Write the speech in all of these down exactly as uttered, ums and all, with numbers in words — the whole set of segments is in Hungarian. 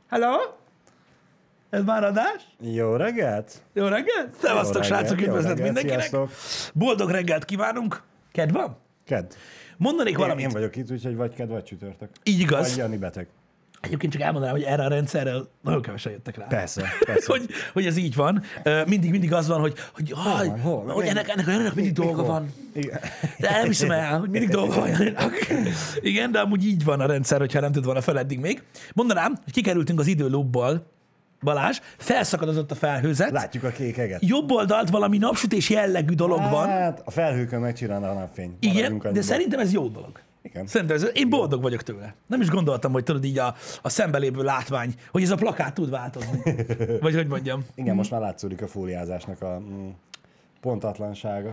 Hello? Ez már adás? Jó reggelt! Jó reggelt! Szevasztok, srácok, üdvözlet mindenkinek! Sziasztok. Boldog reggelt kívánunk! Kedv van? Kedd. Mondanék Én, valamit. én vagyok itt, úgyhogy vagy kedd, vagy csütörtök. Így igaz. Vagy Jani beteg. Egyébként csak elmondanám, hogy erre a rendszerre nagyon kevesen jöttek rá. Persze, persze. hogy, hogy ez így van. Mindig, mindig az van, hogy, hogy, haj, van, hol van? hogy ennek, ennek a Janinak mindig Mi- dolga mikor? van. Igen. De nem hiszem el, hogy mindig dolga van Janinak. Igen, de amúgy így van a rendszer, hogyha nem tud volna fel eddig még. Mondanám, hogy kikerültünk az időlóbból, Balázs, felszakadozott a felhőzet. Látjuk a kék eget. Jobb oldalt valami napsütés jellegű dolog van. Hát, a felhőkön megcsinálna a napfény. Igen, Maradjunk de annyiban. szerintem ez jó dolog. Igen. Szerintem ez, én boldog vagyok tőle. Nem is gondoltam, hogy tudod így a, a szembelévő látvány, hogy ez a plakát tud változni. Vagy hogy mondjam. Igen, most már látszódik a fóliázásnak a mm, pontatlansága.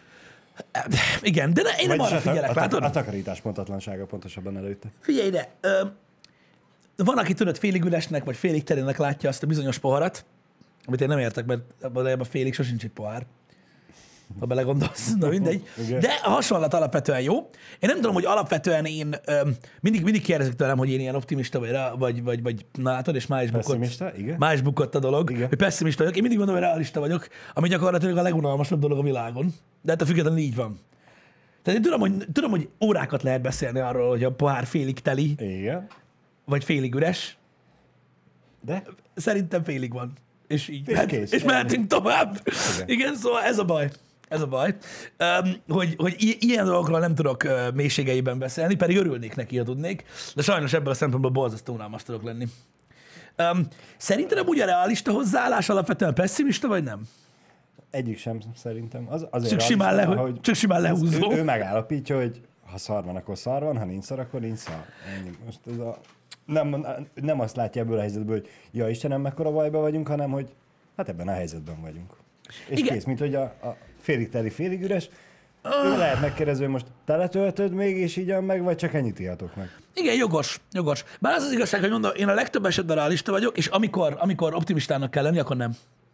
Igen, de ne, én nem Vagyis arra a, ta- figyelek, a, ta- látod? a takarítás pontatlansága pontosabban előtte. Figyelj ide, ö, van, aki tudod félig üresnek, vagy félig terének látja azt a bizonyos poharat, amit én nem értek, mert valójában félig sosincs egy pohár. Ha belegondolsz, na mindegy. Igen. De a hasonlat alapvetően jó. Én nem tudom, hogy alapvetően én ö, mindig, mindig kérdezik tőlem, hogy én ilyen optimista vagy, rá, vagy, vagy, vagy na látod, és már is bukott. Pessimista, igen. Már is bukott a dolog, Igen. hogy pessimista vagyok. Én mindig mondom, hogy realista vagyok, ami gyakorlatilag a legunalmasabb dolog a világon. De hát a függetlenül így van. Tehát én tudom, hogy, tudom, hogy órákat lehet beszélni arról, hogy a pohár félig teli, Igen. vagy félig üres. De? Szerintem félig van. És így És mehet, kész. és mehetünk tovább. Igen. Igen. Igen, szóval ez a baj. Ez a baj, um, hogy, hogy i- ilyen dolgokról nem tudok uh, mélységeiben beszélni, pedig örülnék neki, ha tudnék, de sajnos ebből a szempontból borzasztó unalmas tudok lenni. Um, szerinted úgy a realista hozzáállás alapvetően pessimista, vagy nem? Egyik sem szerintem. Az, azért Csak simán, realista, le, hogy csak simán lehúzó. ő, ő megállapítja, hogy ha szar van, akkor szar van, ha nincs szar, akkor nincs szar. Ennyi. Most ez a, nem, nem azt látja ebből a helyzetből, hogy ja Istenem, mekkora bajban vagyunk, hanem hogy hát ebben a helyzetben vagyunk. És Igen. kész, mint hogy a, a félig teli, félig üres. Ő lehet megkérdező, hogy most teletöltöd még, és így meg, vagy csak ennyit ihatok meg. Igen, jogos, jogos. Bár az az igazság, hogy mondom, én a legtöbb esetben realista vagyok, és amikor, amikor optimistának kell lenni, akkor nem.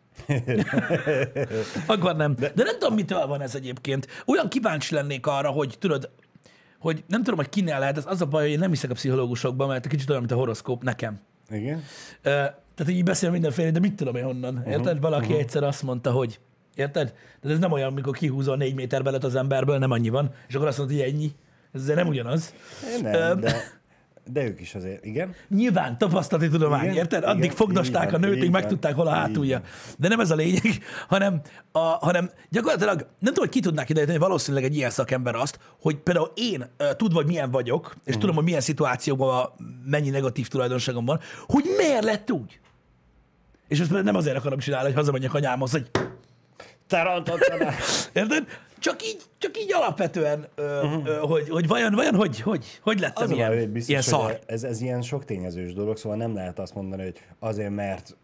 Akkor nem. De, De nem tudom, mitől van ez egyébként. Olyan kíváncsi lennék arra, hogy tudod, hogy nem tudom, hogy kinél lehet, ez az a baj, hogy én nem hiszek a pszichológusokban, mert kicsit olyan, mint a horoszkóp nekem. Igen? Ö, tehát így beszél mindenféle, de mit tudom én honnan? Érted? Uh-huh, Valaki uh-huh. egyszer azt mondta, hogy érted? De ez nem olyan, mikor kihúzol négy méter belet az emberből, nem annyi van, és akkor azt mondod, hogy ennyi. Ez azért nem ugyanaz. Nem, Ö, de, de ők is azért, igen. Nyilván, tapasztalati tudomány, Igen, érted? Addig igen, fogdosták így a van, nőt, így míg van, megtudták, hol a így hátulja. van. De nem ez a lényeg, hanem, a, hanem gyakorlatilag nem tudom, hogy ki tudnák idejönni, valószínűleg egy ilyen szakember azt, hogy például én uh, tudva, hogy milyen vagyok, és uh-huh. tudom, hogy milyen szituációban mennyi negatív tulajdonságom van, hogy miért lett úgy. És ezt például nem azért akarom csinálni, hogy hazamenjek anyámhoz, hogy Te rontottad el. érted? Csak így, csak így alapvetően, ö, uh-huh. ö, hogy, hogy vajon, vajon hogy, hogy, hogy lettem Az a ilyen, baj, hogy biztos, ilyen szar. hogy ez, ez ilyen sok tényezős dolog, szóval nem lehet azt mondani, hogy azért, mert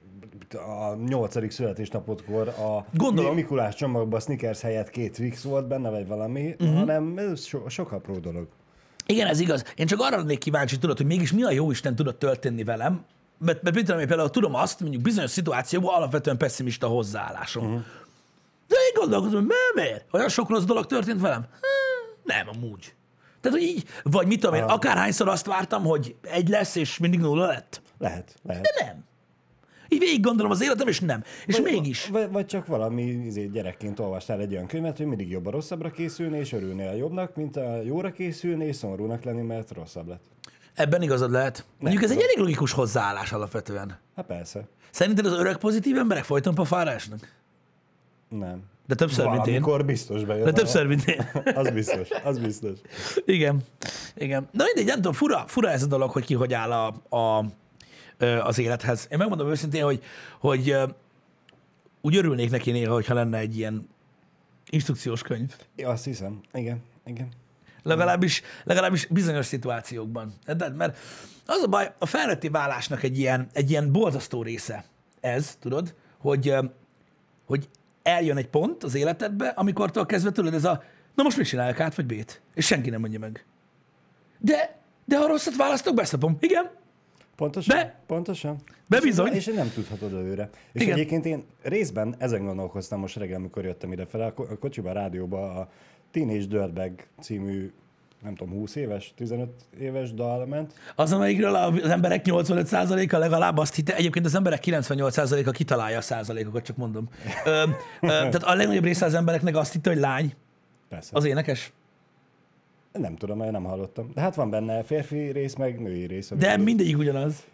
a nyolcadik születésnapotkor a Gondolom. Mikulás csomagban a Snickers helyett két Twix volt benne, vagy valami, uh-huh. hanem ez so, sok apró dolog. Igen, ez igaz. Én csak arra lennék kíváncsi, tudod, hogy mégis mi a jó Isten tudott történni velem, mert, mert például, például tudom azt, mondjuk bizonyos szituációban alapvetően pessimista hozzáállásom. Uh-huh. De én gondolkozom, hogy mi- miért? Olyan sok rossz dolog történt velem? Hm, nem, amúgy. Tehát, hogy így, vagy mit tudom én, akárhányszor azt vártam, hogy egy lesz, és mindig nulla lett. Lehet, lehet. De nem. Így végig gondolom az életem, és nem. És Vagy- mégis. Vagy, vagy csak valami izé, gyerekként olvastál egy olyan könyvet, hogy mindig jobb a rosszabbra készülni, és örülnél a jobbnak, mint a jóra készülni, és szomorúnak lenni, mert rosszabb lett. Ebben igazad lehet. Mondjuk ez egy elég logikus hozzáállás alapvetően. Hát persze. Szerinted az öreg pozitív emberek folyton pofára esnek? Nem. De többször, mint én. Valamikor biztos bejön. De többször, mint én. Az biztos, az biztos. Igen. Igen. Na mindegy, nem tudom, fura, fura ez a dolog, hogy ki hogy áll a, a, az élethez. Én megmondom őszintén, hogy, hogy ö, úgy örülnék neki néha, hogyha lenne egy ilyen instrukciós könyv. Ja, azt hiszem. Igen, igen. Legalábbis, legalábbis bizonyos szituációkban. De, mert az a baj, a felnőtté válásnak egy ilyen, egy ilyen borzasztó része ez, tudod, hogy, ö, hogy eljön egy pont az életedbe, amikortól kezdve tudod, ez a na most mit csinálják, át vagy bét? És senki nem mondja meg. De, de ha rosszat választok, beszapom. Igen, Pontosan? Be- Pontosan. be És- bizony. És nem tudhatod előre. És Igen. egyébként én részben ezen gondolkoztam most reggel, amikor jöttem idefele, a ko- a kocsiban, a rádióban a Teenage Dirtbag című nem tudom, húsz éves, tizenöt éves dal ment. Az, amelyikről az emberek nyolcvanöt százaléka legalább azt hitte, egyébként az emberek kilencvennyolc százaléka kitalálja a százalékokat, csak mondom. Ö, ö, tehát a legnagyobb része az embereknek azt hitte, hogy lány Persze. az énekes. Nem tudom, mert nem hallottam. De hát van benne férfi rész, meg női rész. De mindegyik ugyanaz.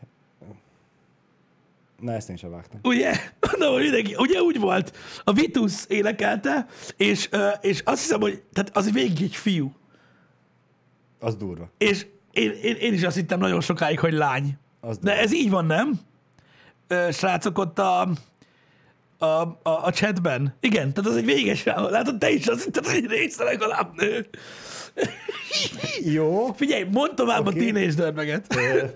Na, ezt én sem vágtam. Ugye? Na, mindenki, ugye úgy volt. A Vitus énekelte, és, ö, és azt hiszem, hogy tehát az végig egy fiú. Az durva. És én, én, én is azt hittem nagyon sokáig, hogy lány. Az De ez így van, nem? Ö, srácok ott a, a, a, a chatben. Igen, tehát az egy véges rá. Látod, te is azt hitted, hogy egy része legalább nő. Jó. Figyelj, mondd tovább okay. a teenage dörmeget.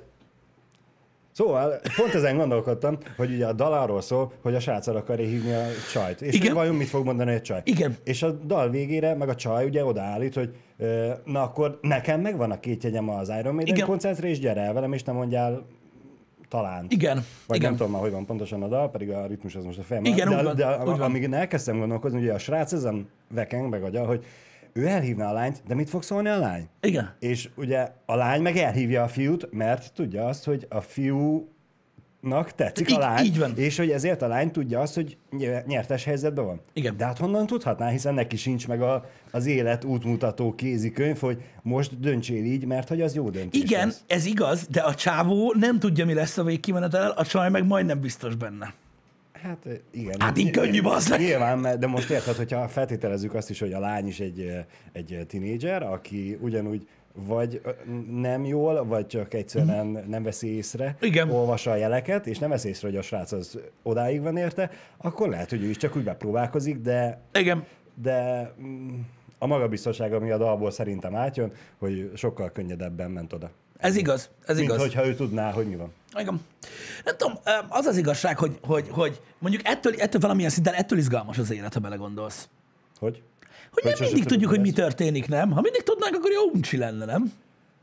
Szóval pont ezen gondolkodtam, hogy ugye a dal arról szól, hogy a srác el akarja hívni a csajt. És Igen. hogy vajon mit fog mondani a csaj. Igen. És a dal végére meg a csaj ugye odaállít, hogy na akkor nekem megvan a két jegyem az Iron Maiden Igen. koncertre, és gyere el velem, és nem mondjál talán. Igen. Vagy Igen. nem tudom már, hogy van pontosan a dal, pedig a ritmus az most a fejem. Igen, de, úgy van, de úgy van. amíg én elkezdtem gondolkozni, ugye a srác ezen vekeng meg agya, hogy ő elhívna a lányt, de mit fog szólni a lány? Igen. És ugye a lány meg elhívja a fiút, mert tudja azt, hogy a fiú tetszik Így- a lány, így van. és hogy ezért a lány tudja azt, hogy ny- nyertes helyzetben van. Igen. De hát honnan tudhatná, hiszen neki sincs meg a, az élet útmutató kézikönyv, hogy most döntsél így, mert hogy az jó döntés Igen, lesz. ez igaz, de a csávó nem tudja, mi lesz a végkimenetel, a csaj meg majdnem biztos benne. Hát igen. Hát így könnyű, bazdmeg. Nyilván, mert- de most érted, hogyha feltételezzük azt is, hogy a lány is egy, egy tinédzser, aki ugyanúgy vagy nem jól, vagy csak egyszerűen nem veszi észre, Igen. olvassa a jeleket, és nem veszi észre, hogy a srác az odáig van érte, akkor lehet, hogy ő is csak úgy bepróbálkozik, de, Igen. de mm, a magabiztosság, ami a dalból szerintem átjön, hogy sokkal könnyedebben ment oda. Ez igaz, ez Mint igaz. hogyha ő tudná, hogy mi van. Igen. Nem tudom, az az igazság, hogy, hogy, hogy mondjuk ettől, ettől valamilyen szinten ettől izgalmas az élet, ha belegondolsz. Hogy? Hogy nem sose mindig tudod, tudjuk, hogy mi lesz. történik, nem? Ha mindig tudnánk, akkor jó uncsi lenne, nem?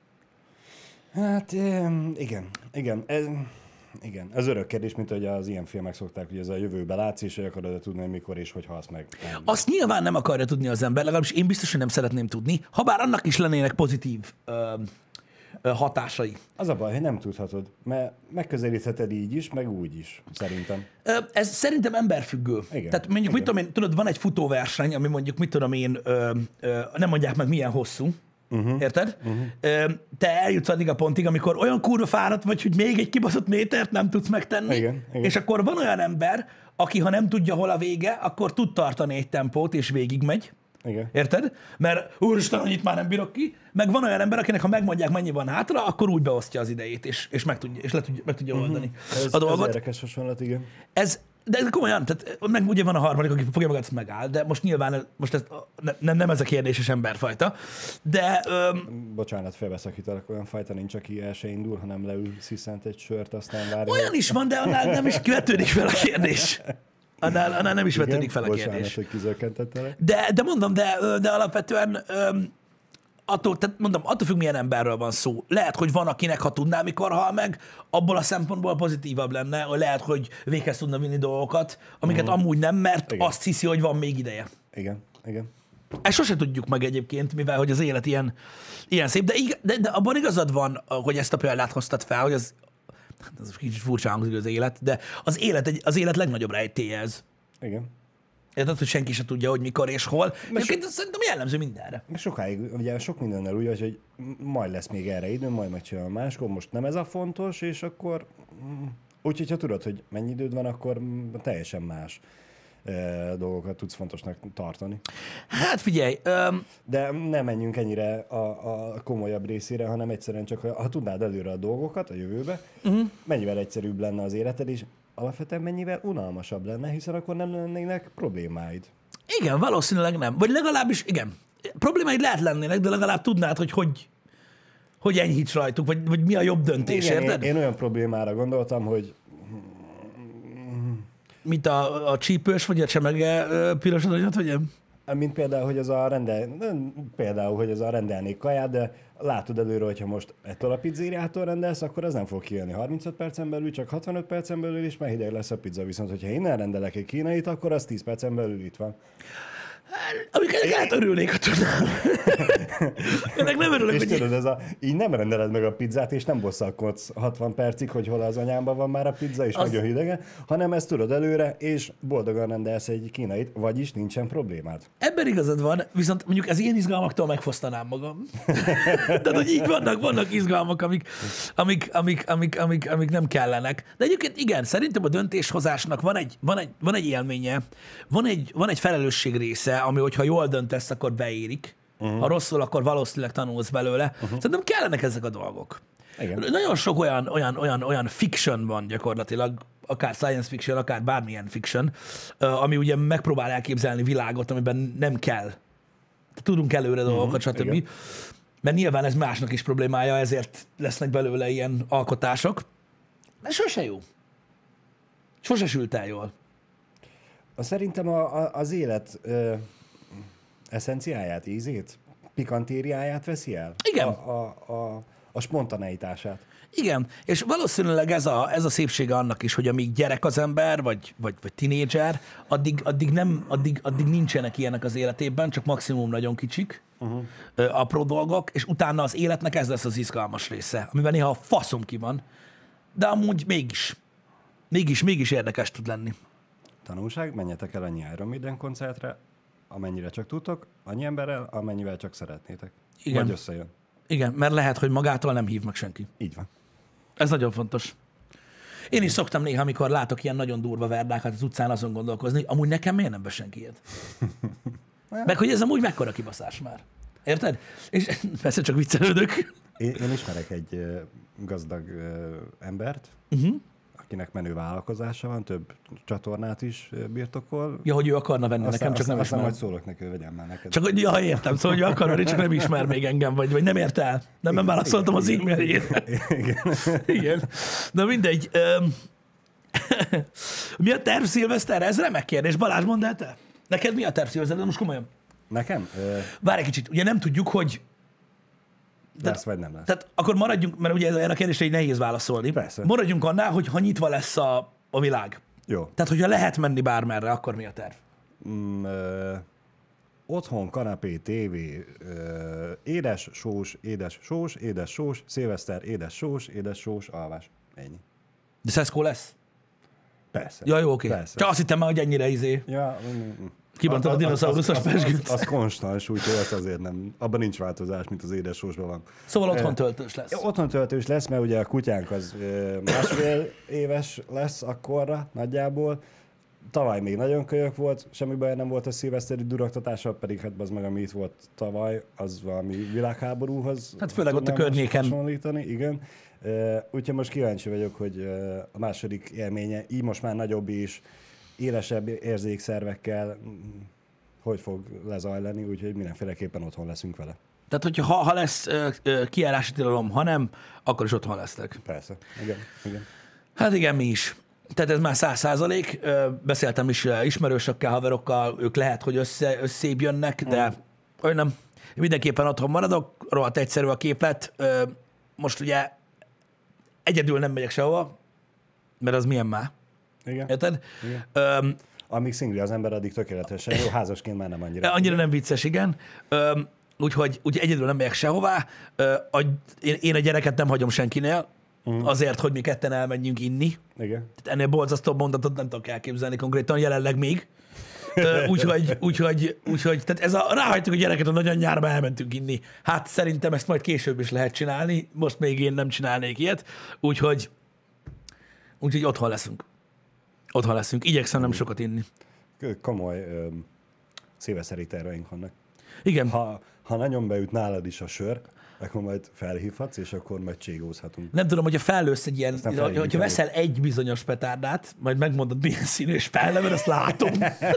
Hát em, igen, igen. Ez, igen, ez örök kérdés, mint hogy az ilyen filmek szokták, hogy ez a jövőbe látsz, és hogy akarod tudni, hogy mikor és hogy halsz meg. Nem. Azt nyilván nem akarja tudni az ember, legalábbis én biztos, hogy nem szeretném tudni, ha bár annak is lennének pozitív ö, ö, hatásai. Az a baj, hogy nem tudhatod, mert megközelítheted így is, meg úgy is, szerintem. Ö, Ez szerintem emberfüggő. Igen. Tehát mondjuk, Igen. mit tudom én, tudod, van egy futóverseny, ami mondjuk, mit tudom én, ö, ö, nem mondják meg milyen hosszú, uh-huh. érted? Uh-huh. Ö, te eljutsz addig a pontig, amikor olyan kurva fáradt vagy, hogy még egy kibaszott métert nem tudsz megtenni, Igen, igen. és akkor van olyan ember, aki ha nem tudja, hol a vége, akkor tud tartani egy tempót, és végigmegy. Igen. Érted? Mert úristen, annyit már nem bírok ki. Meg van olyan ember, akinek ha megmondják, mennyi van hátra, akkor úgy beosztja az idejét, és, és, meg, tudja, és le tudja, meg tudja oldani Ez, a ez dolgot. érdekes hasonlat, igen. Ez, de ez komolyan, tehát meg ugye van a harmadik, aki fogja magát, ezt megáll, de most nyilván ez- most ez, ne, nem, nem ez a kérdéses emberfajta, de öm, Bocsánat, félbeszakítalak, olyan fajta nincs, aki el se indul, hanem leül, sziszent egy sört, aztán várja. olyan is van, de annál nem is vetődik fel a kérdés. Annál, annál nem is Igen? vetődik fel a Bocsánat, kérdés. hogy kizökkentettelek. De, de mondom, de, de alapvetően öm, attól, tehát mondom, attól függ, milyen emberről van szó. Lehet, hogy van, akinek, ha tudná, mikor hal meg, abból a szempontból pozitívabb lenne, hogy lehet, hogy véghez tudna vinni dolgokat, amiket mm. amúgy nem, mert Igen. azt hiszi, hogy van még ideje. Igen, igen. Ezt sose tudjuk meg egyébként, mivel hogy az élet ilyen, ilyen szép, de, ig- de, de abban igazad van, hogy ezt a példát hoztad fel, hogy az, hát ez kicsit furcsa hangzik az élet, de az élet, egy, az élet legnagyobb rejtélye ez. Igen. Érted, hogy senki se tudja, hogy mikor és hol. Egyébként ez szerintem jellemző mindenre. Meg sokáig, ugye sok mindennel úgy, vagy, hogy majd lesz még erre idő, majd megcsinálom máskor, most nem ez a fontos, és akkor mm, úgyhogy ha tudod, hogy mennyi időd van, akkor mm, teljesen más e, dolgokat tudsz fontosnak tartani. Hát figyelj, öm, De nem menjünk ennyire a, a komolyabb részére, hanem egyszerűen csak, ha, ha tudnád előre a dolgokat a jövőbe, uh-huh. mennyivel egyszerűbb lenne az életed, és alapvetően mennyivel unalmasabb lenne, hiszen akkor nem lennének problémáid. igen, valószínűleg nem. Vagy legalábbis, igen, problémáid lehet lennének, de legalább tudnád, hogy hogy, hogy enyhíts rajtuk, vagy, vagy mi a jobb döntés, Igen, érted? én, én olyan problémára gondoltam, hogy Mint a, a csípős, vagy a csemege ö, piros aranyat, vagy nem? mint például, hogy az a rendel, nem, például, hogy az a rendelnék kaját, de látod előre, hogyha most ettől a pizzériától rendelsz, akkor ez nem fog kijönni harmincöt percen belül, csak hatvanöt percen belül is, mert hideg lesz a pizza. Viszont, hogyha innen rendelek egy kínait, akkor az tíz percen belül itt van. Amiket lehet örülnék, ha tudnám. Ennek nem örülök, És hogy... tudod, ez a, így nem rendeled meg a pizzát, és nem bosszalkodsz hatvan percig, hogy hol az anyámban van már a pizza, és Az- nagyon hidege, hanem ezt tudod előre, és boldogan rendelsz egy kínait, vagyis nincsen problémád. Ebben igazad van, viszont mondjuk ez ilyen izgalmaktól megfosztanám magam. Tehát, hogy így vannak, vannak izgalmak, amik, amik, amik, amik, amik, amik nem kellenek. De egyébként igen, szerintem a döntéshozásnak van egy, van egy, van egy élménye, van egy, van egy felelősség része, ami, hogyha jól döntesz, akkor beérik. Uh-huh. Ha rosszul, akkor valószínűleg tanulsz belőle. Uh-huh. Szerintem kellenek ezek a dolgok. Igen. Nagyon sok olyan, olyan, olyan, olyan fiction van gyakorlatilag, akár science fiction, akár bármilyen fiction, ami ugye megpróbál elképzelni világot, amiben nem kell. Tudunk előre dolgokat, Uh-huh. stb. Igen. Mert nyilván ez másnak is problémája, ezért lesznek belőle ilyen alkotások. De sose jó. Sose sült el jól. Szerintem a, a, az élet ö, eszenciáját, ízét, pikantériáját veszi el. Igen. A, a, a, a spontaneitását. Igen, és valószínűleg ez a, ez a szépsége annak is, hogy amíg gyerek az ember, vagy, vagy, vagy tinédzser, addig, addig, nem, addig, addig nincsenek ilyenek az életében, csak maximum nagyon kicsik, uh-huh. ö, apró dolgok, és utána az életnek ez lesz az izgalmas része, amiben néha a faszom ki van, de amúgy mégis, mégis, mégis érdekes tud lenni. Tanulság, menjetek el annyi Iron Maiden koncertre, amennyire csak tudtok, annyi emberrel, amennyivel csak szeretnétek. Igen. Vagy összejön. Igen, mert lehet, hogy magától nem hív meg senki. Így van. Ez nagyon fontos. Én is szoktam néha, amikor látok ilyen nagyon durva verdákat az utcán, azon gondolkozni, amúgy nekem miért nem be senki ilyet? Meg hogy ez amúgy mekkora kibaszás már. Érted? És persze csak viccelődök. Én, én ismerek egy ö, gazdag ö, embert, Uh-huh. akinek menő vállalkozása van, több csatornát is ö, birtokol. Ja, hogy ő akarna venni, Aztán, nekem csak nem aztán ismer. majd szólok neki, hogy vegyen már neked. Csak hogy, ja, értem, szóval, hogy ő akar venni, csak nem ismer még engem, vagy, vagy nem ért el. Nem, nem válaszoltam az e-mailjére. Igen. Igen. Na mindegy. Öm, mi a terv szilveszterre? Ez remek kérdés. Balázs, mondd el te. Neked mi a terv szilveszterre? De most komolyan. Nekem? Ö, Várj egy kicsit. Ugye nem tudjuk, hogy... lesz vagy nem lesz. Tehát akkor maradjunk, mert ugye erre a kérdésre így nehéz válaszolni. Persze. Maradjunk annál, hogy ha nyitva lesz a, a világ. Jó. Tehát, hogyha lehet menni bármerre, akkor mi a terv? Mm, ö, otthon, kanapé, tévé, ö, édes, sós, édes, sós, édes, sós, szilveszter, édes, sós, édes, sós, alvás. Ennyi. De Szeszkó lesz? Persze. Ja, jó, oké. Persze. Csak azt hittem már, hogy ennyire izé. Ja, mm, mm. Kibontad a Az- az- dinoszauruszos az- az- pezsgőt. Az, az konstans, úgyhogy az azért nem. Abban nincs változás, mint az édes sósban van. Szóval otthon Eh, töltős lesz. Ja, otthon töltős lesz, mert ugye a kutyánk az ö, másfél éves lesz akkorra nagyjából. Tavaly még nagyon kölyök volt, semmi baj nem volt a szilveszteri durogtatása, pedig hát az meg, ami itt volt tavaly, az valami világháborúhoz. Hát főleg ott a tudnám környéken. hasonlítani, igen. Uh, úgyhogy most kíváncsi vagyok, hogy uh, a második élménye, így most már nagyobb és élesebb érzékszervekkel mm, hogy fog lezajlani, úgyhogy mindenféleképpen otthon leszünk vele. Tehát, hogyha ha, ha lesz ö, ö, kijárási tilalom, ha nem, akkor is otthon lesztek. Persze, igen, igen. Hát igen, mi is. Tehát ez már száz százalék. Beszéltem is ö, ismerősökkel, haverokkal, ők lehet, hogy össze, összébb jönnek, de olyan nem. Én mindenképpen otthon maradok, rohadt egyszerű a képlet. Ö, Most ugye egyedül nem megyek sehova, mert az milyen már. Igen. Érted? Igen. Öm, Amíg szingli az ember, addig tökéletesen jó, házasként már nem annyira. Annyira nem vicces, igen. Öm, úgyhogy, úgyhogy egyedül nem megyek sehová. Ö, a, én, én a gyereket nem hagyom senkinél, uh-huh. azért, hogy mi ketten elmenjünk inni. Igen. Tehát ennél borzasztóbb mondatot nem tudok elképzelni konkrétan, jelenleg még. Ö, Úgyhogy, úgyhogy, úgyhogy tehát ez a, ráhagytuk a gyereket a nagyanyjára, elmentünk inni. Hát szerintem ezt majd később is lehet csinálni, most még én nem csinálnék ilyet. Úgyhogy, úgyhogy otthon leszünk. Otthon leszünk. Igyekszem nem sokat inni. Komoly ö, szilveszteri terveink vannak. Igen. Ha, ha nagyon beüt nálad is a sör, akkor majd felhívhatsz, és akkor majd cségózhatunk. Nem tudom, hogyha fellősz egy ilyen, Aztán hogyha felhívjuk veszel egy bizonyos petárdát, majd megmondod, milyen színű, és felnevel, azt látom.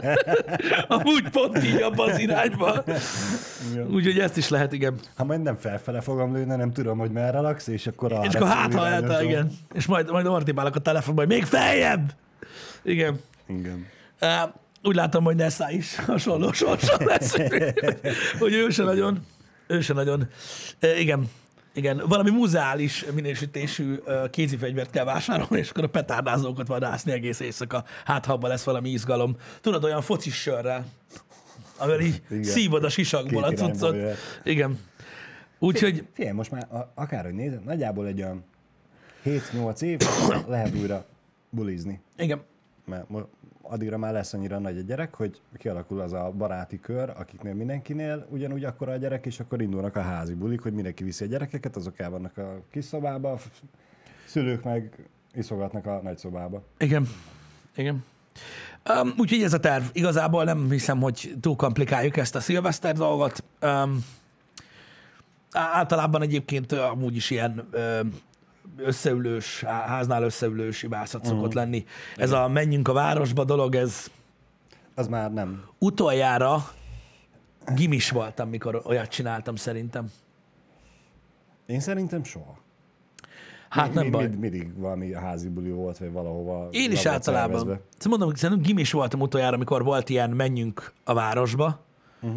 Amúgy pont így abban az irányban. Ja. Úgyhogy ezt is lehet, igen. Ha majd nem felfele fogom lőni, nem tudom, hogy merre laksz, és akkor arra És akkor hát, ha irányosom. eltel, igen. És majd, majd ordibálok a telefonban, hogy még feljebb! Igen. Igen. Uh, úgy látom, hogy Nessa is hasonló sorsa lesz. Hogy ő se nagyon. Ő se nagyon. Uh, igen. Igen, valami muzeális minősítésű uh, kézifegyvert kell vásárolni, és akkor a petárdázókat vadászni egész éjszaka. Hát, ha abban lesz valami izgalom. Tudod, olyan focis sörrel. amivel így Igen. szívod a sisakból a Két irányból cuccot. jöhet. Igen. Úgyhogy, Figyelj, most már a- akárhogy nézed, nagyjából egy olyan hét-nyolc év lehet újra bulizni. igen, Mert mo- addigra már lesz annyira nagy a gyerek, hogy kialakul az a baráti kör, akiknél mindenkinél ugyanúgy akkora a gyerek, és akkor indulnak a házi bulik, hogy mindenki viszi a gyerekeket, azok el vannak a kis szobába, a f- szülők meg iszogatnak a nagy szobába. igen, igen. Um, úgyhogy ez a terv. Igazából nem hiszem, hogy túl komplikáljuk ezt a szilveszter dolgot. Um, általában egyébként ö, amúgy is ilyen ö, összeülős, há- háznál összeülős ibászat szokott Mhm. lenni. Ez a menjünk a városba dolog, ez Az már nem. utoljára gimis voltam, mikor olyat csináltam szerintem. Én szerintem soha. Hát Mi- nem mi- baj. mi- Mindig valami házi buli volt, vagy valahova. Én is le volt általában. szervezve. Szóval mondom, hogy szerintem gimis voltam utoljára, amikor volt ilyen menjünk a városba. Mhm.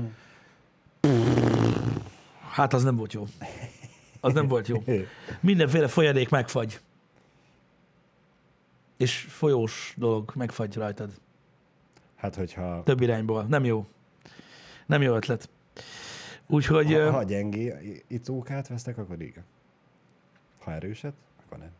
Hát az nem volt jó. Az nem volt jó. Mindenféle folyadék megfagy. És folyós dolog megfagy rajtad. Hát, hogyha Több irányból. Nem jó. Nem jó ötlet. Úgyhogy... ha, ö, ha gyengé itókát vesztek, akkor igen. Ha erőset, akkor nem.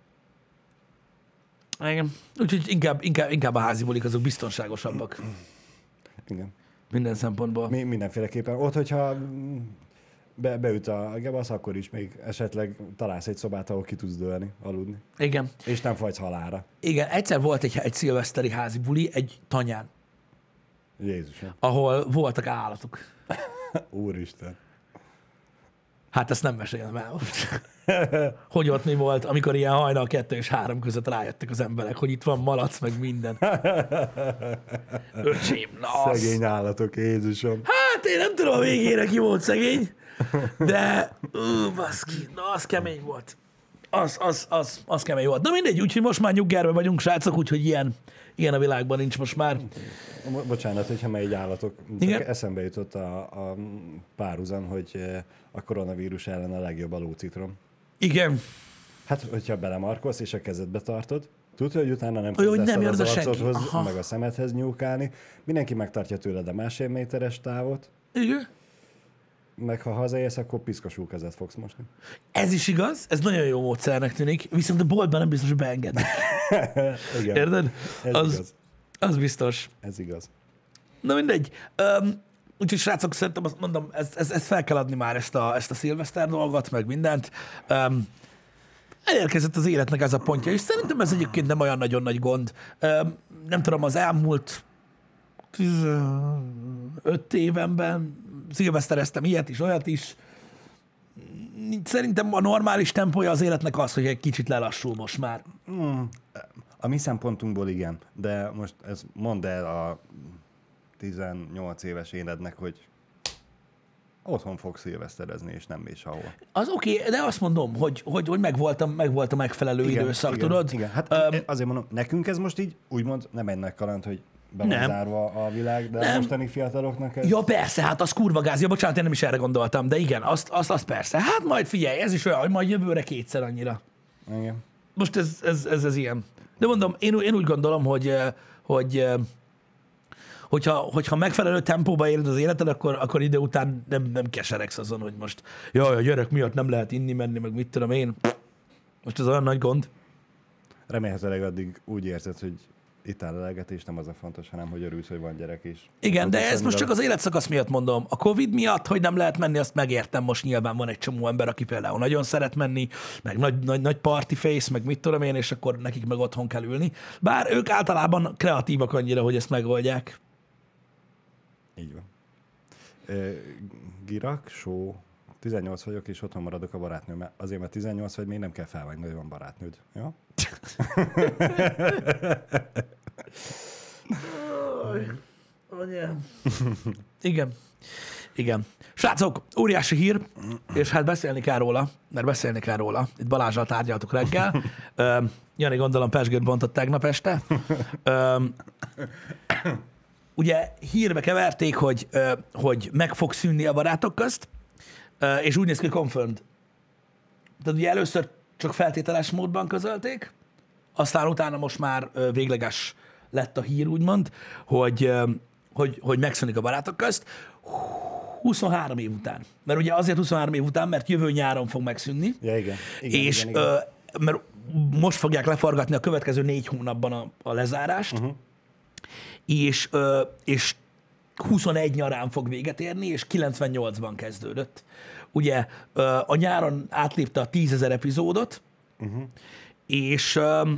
Igen. Úgyhogy inkább, inkább, inkább a házi bulik, azok biztonságosabbak. Igen. Minden szempontból. Mi, mindenféleképpen. Ott, hogyha mm, be, beüt a gebasz, akkor is még esetleg találsz egy szobát, ahol ki tudsz dőlni, aludni. Igen. És nem fagysz halálra. Igen, egyszer volt egy, egy szilveszteri házi buli egy tanyán, Jézusom. ahol voltak állatok. Úristen. Hát ezt nem mesélem el most. Hogy ott mi volt, amikor ilyen hajnal kettő és három között rájöttek az emberek, hogy itt van malac, meg minden. Öcsém, na az. Szegény állatok, Jézusom. Hát én nem tudom a végére ki volt szegény, de ú, baszki, na az kemény volt. Az, az, az, az kemény volt. Na mindegy, úgyhogy most már nyuggerben vagyunk, srácok, úgyhogy ilyen, ilyen a világban nincs most már. Mo- Bocsánat, hogyha megy állatok. Igen. Csak eszembe jutott a, a párhuzam, hogy eh, a koronavírus ellen a legjobb a lócitrom. Igen. Hát, hogyha belemarkolsz és a kezedbe tartod, tudod, hogy utána nem Olyan, hogy kezdesz nem el ér az oda senki. arcodhoz, Aha. meg a szemedhez nyúlkálni. Mindenki megtartja tőled a másfél méteres távot, Igen. meg ha hazaérsz, akkor piszkosul kezet fogsz mosni. Ez is igaz, ez nagyon jó módszernek tűnik, viszont a boltban nem biztos, hogy beengednek. Igen, Érted? ez Az, igaz. az biztos. Ez igaz. Na mindegy. Um, úgyhogy srácok, szerintem azt mondom, ezt, ezt, ezt fel kell adni már, ezt a, ezt a szilveszter dolgot, meg mindent. Um, elérkezett az életnek ez a pontja, és szerintem ez egyébként nem olyan nagyon nagy gond. Um, nem tudom, az elmúlt tizenöt évemben szilvesztereztem ilyet is, olyat is. Szerintem a normális tempója az életnek az, hogy egy kicsit lelassul most már. A mi szempontunkból igen, de most ez mondd el a tizennyolc éves énednek, hogy otthon fogsz szilveszterezni, és nem mész ahol. Az oké, okay, de azt mondom, hogy, hogy, hogy megvolt, a, megvolt a megfelelő időszak, igen, tudod? Igen, hát Öm, azért mondom, nekünk ez most így úgymond nem egy nagy kaland, hogy be van Nem. zárva a világ, de Nem. a mostani fiataloknak ez... Ja, persze, hát az kurva gáz. Ja, bocsánat, én nem is erre gondoltam, de igen, azt, azt, azt persze. Hát majd figyelj, ez is olyan, hogy majd jövőre kétszer annyira. Igen. Most ez, ez, ez, ez ilyen. De mondom, én, én úgy gondolom, hogy, eh, hogy eh, hogyha, hogyha megfelelő tempóba éred az életed, akkor, akkor idő után nem, nem keseregsz azon, hogy most jaj, a gyerek miatt nem lehet inni, menni, meg mit tudom én. Most ez olyan nagy gond. Remélhetőleg addig úgy érzed, hogy itt áll a legetés, nem az a fontos, hanem hogy örülsz, hogy van gyerek is. Igen, de Tudod, ez most csak annyira- az életszakasz miatt mondom. A Covid miatt, hogy nem lehet menni, azt megértem. Most nyilván van egy csomó ember, aki például nagyon szeret menni, meg nagy, nagy, nagy party face, meg mit tudom én, és akkor nekik meg otthon kell ülni. Bár ők általában kreatívak annyira, hogy ezt megoldják. Így van. Ö, Girak, só, tizennyolc vagyok, és otthon maradok a barátnőmmel. Azért, mert tizennyolc vagy, még nem kell felvágni, hogy van barátnőd. Jó? Igen. Igen. Srácok, óriási hír, és hát beszélni kell róla, mert beszélni kell róla. Itt Balázsral tárgyaltuk reggel. Ö, Jani, gondolom pesgőt bontott tegnap este. Ö, ugye hírbe keverték, hogy, ö, hogy meg fog szűnni a barátok közt, ö, és úgy néz ki, hogy confirmed. Tehát ugye először csak feltételes módban közölték, aztán utána most már ö, végleges lett a hír, úgymond, hogy, ö, hogy, hogy megszűnik a barátok közt. huszonhárom év után. Mert ugye azért huszonhárom év után, mert jövő nyáron fog megszűnni. Ja, igen. igen és igen, igen. Ö, mert most fogják leforgatni a következő négy hónapban a, a lezárást, uh-huh. és, ö, és huszonegy nyarán fog véget érni, és kilencvennyolcban kezdődött. Ugye ö, a nyáron átlépte a tízezer epizódot, uh-huh. és, ö,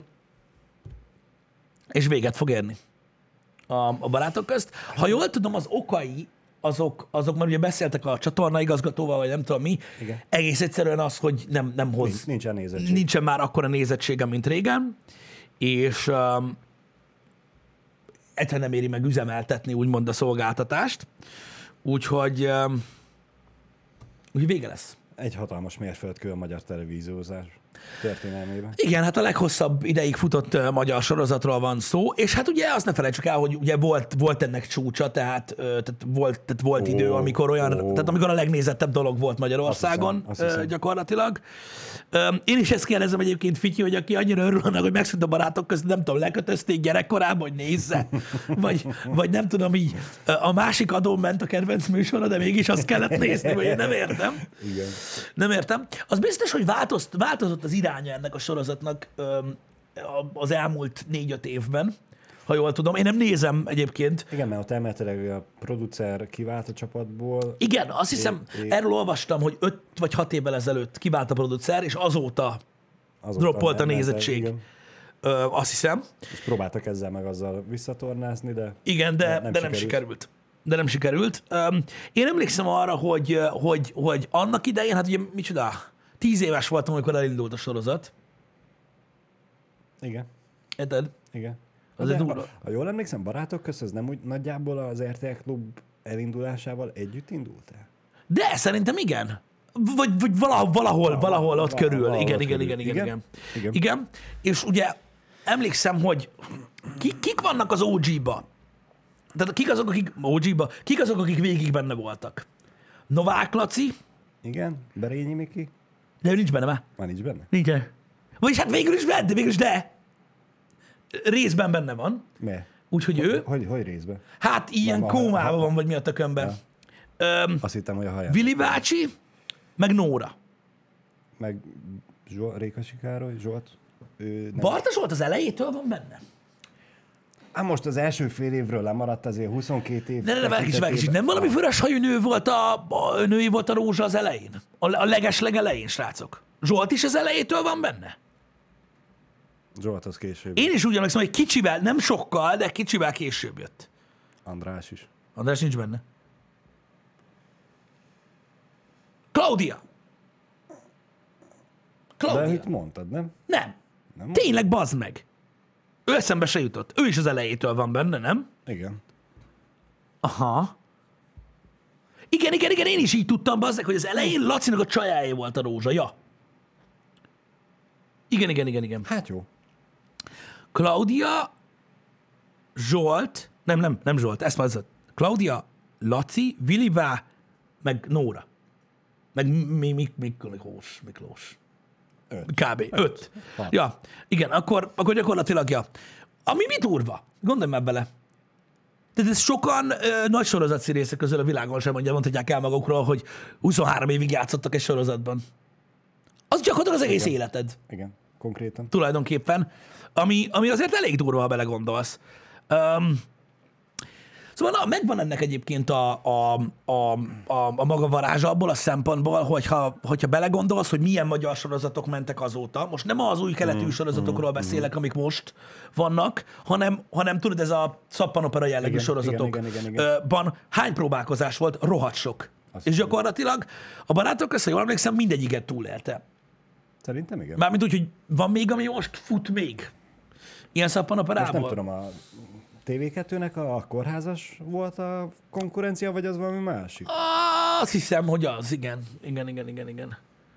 és véget fog érni a, a barátok közt. Ha jól tudom, az okai azok, azok már ugye beszéltek a csatorna igazgatóval, vagy nem tudom mi, igen. egész egyszerűen az, hogy nem, nem hoz. Nincs, nincsen nézettség. Nincsen már akkora nézettsége, mint régen, és um, egyszerűen nem éri meg üzemeltetni, úgymond a szolgáltatást. Úgyhogy, um, úgy vége lesz. Egy hatalmas mérföldkő a magyar televíziózás történelmében. Igen, hát a leghosszabb ideig futott uh, magyar sorozatról van szó, és hát ugye azt ne felejtsük el, hogy ugye volt, volt ennek csúcsa, tehát, uh, tehát volt, tehát volt oh, idő, amikor olyan, oh. tehát amikor a legnézettebb dolog volt Magyarországon azt hiszem, azt hiszem. Uh, gyakorlatilag. Um, én is ezt kérdezem egyébként Fityi, hogy aki annyira örül annak, hogy megszűnt a barátok között, nem tudom, lekötözték gyerekkorában, hogy nézze, vagy, vagy nem tudom, így a másik adón ment a kedvenc műsora, de mégis azt kellett nézni, vagy én nem értem. Igen. Nem értem. Az biztos, hogy változt, változott az iránya ennek a sorozatnak öm, az elmúlt négy-öt évben, ha jól tudom. Én nem nézem egyébként. Igen, mert ott elméletileg a producer kivált a csapatból. Igen, azt hiszem, é, é... erről olvastam, hogy öt vagy hat évvel ezelőtt kivált a producer, és azóta, azóta droppolt a nézettség. Igen. Ö, azt hiszem. És próbáltak ezzel meg azzal visszatornázni, de igen, de, de, nem, de nem sikerült. sikerült. De nem sikerült. Um, én emlékszem arra, hogy, hogy, hogy annak idején, hát ugye micsoda, tíz éves voltam, amikor elindult a sorozat. Igen. Érted? Igen. Az egy durva. Ha jól emlékszem, barátok közt, az nem úgy nagyjából az er té el Klub elindulásával együtt indult el? De szerintem igen. Vagy, vagy valahol, valahol, valahol ott körül. Valahol igen, ott igen, körül. igen, igen, igen, igen. Igen. És ugye emlékszem, hogy kik, kik vannak az ó gé-ba? Tehát kik azok, akik ó gé-ba, kik azok, akik végig benne voltak? Novák Laci. Igen, Berényi Miki. De ő nincs benne már. Már nincs benne? Nincsen. Vagyis hát végül is benne, de végül is de. Részben benne van. Miért? Úgyhogy ő... Hogy, hogy részben? Hát ilyen van, kómában ha, van, vagy mi a tökönben. Ja. Öm, Azt hittem, hogy a haján. Vili bácsi, meg Nóra. Meg Zsolt, Rékasi Károly, Zsolt. Ő nem... Barta Zsolt az elejétől van benne? Hát most az első fél évről lemaradt azért huszonkét év. Ne, ne, ne, velkis, velkis, nem valami vörös hajú nő volt a, a női volt a Rózsa az elején? A, a leges legelején, srácok. Zsolt is az elejétől van benne? Zsolt az később. Én is úgy emlékszem, hogy kicsivel, nem sokkal, de kicsivel később jött. András is. András nincs benne. Claudia. Claudia. De itt mondtad, nem? Nem. nem Tényleg, bazd meg. Ő eszembe se jutott. Ő is az elejétől van benne, nem? Igen. Aha. Igen, igen, igen, én is így tudtam, bazdek, hogy az elején Lacinak a csajáé volt a Rózsa, ja. Igen, igen, igen, igen. Hát jó. Claudia, Zsolt, nem, nem, nem Zsolt, ezt már Claudia, Laci, Vilivá, meg Nóra. Meg mi, mi, Miklós, Miklós. Öt. Kb. Öt. Öt. Öt. Ja, igen, akkor, akkor gyakorlatilag, ja. Ami mi durva? Gondolj már bele. Tehát ez sokan ö, nagy sorozatszínészek közül a világon sem mondja, mondhatják el magukról, hogy huszonhárom évig játszottak egy sorozatban. Az gyakorlatilag az egész Igen. életed. Igen, konkrétan. Tulajdonképpen. Ami, ami azért elég durva, ha belegondolsz. Um, szóval na, megvan ennek egyébként a, a, a, a, a maga varázsa abból a szempontból, hogyha, hogyha belegondolsz, hogy milyen magyar sorozatok mentek azóta. Most nem az új keletű mm, sorozatokról mm, beszélek, amik most vannak, hanem, hanem tudod, ez a szappanopera jellegű igen, sorozatokban igen, igen, igen, igen. hány próbálkozás volt? Rohadt sok. Azt és gyakorlatilag a barátok között, ha jól emlékszem, mindegyiket túlélte. Szerintem igen. Mármint úgy, hogy van még, ami most fut még. Ilyen szappanoperából. Most nem tudom, a té vé kettőnek a kórházas volt a konkurencia, vagy az valami másik? Azt hiszem, hogy az, igen. Igen, igen, igen, igen.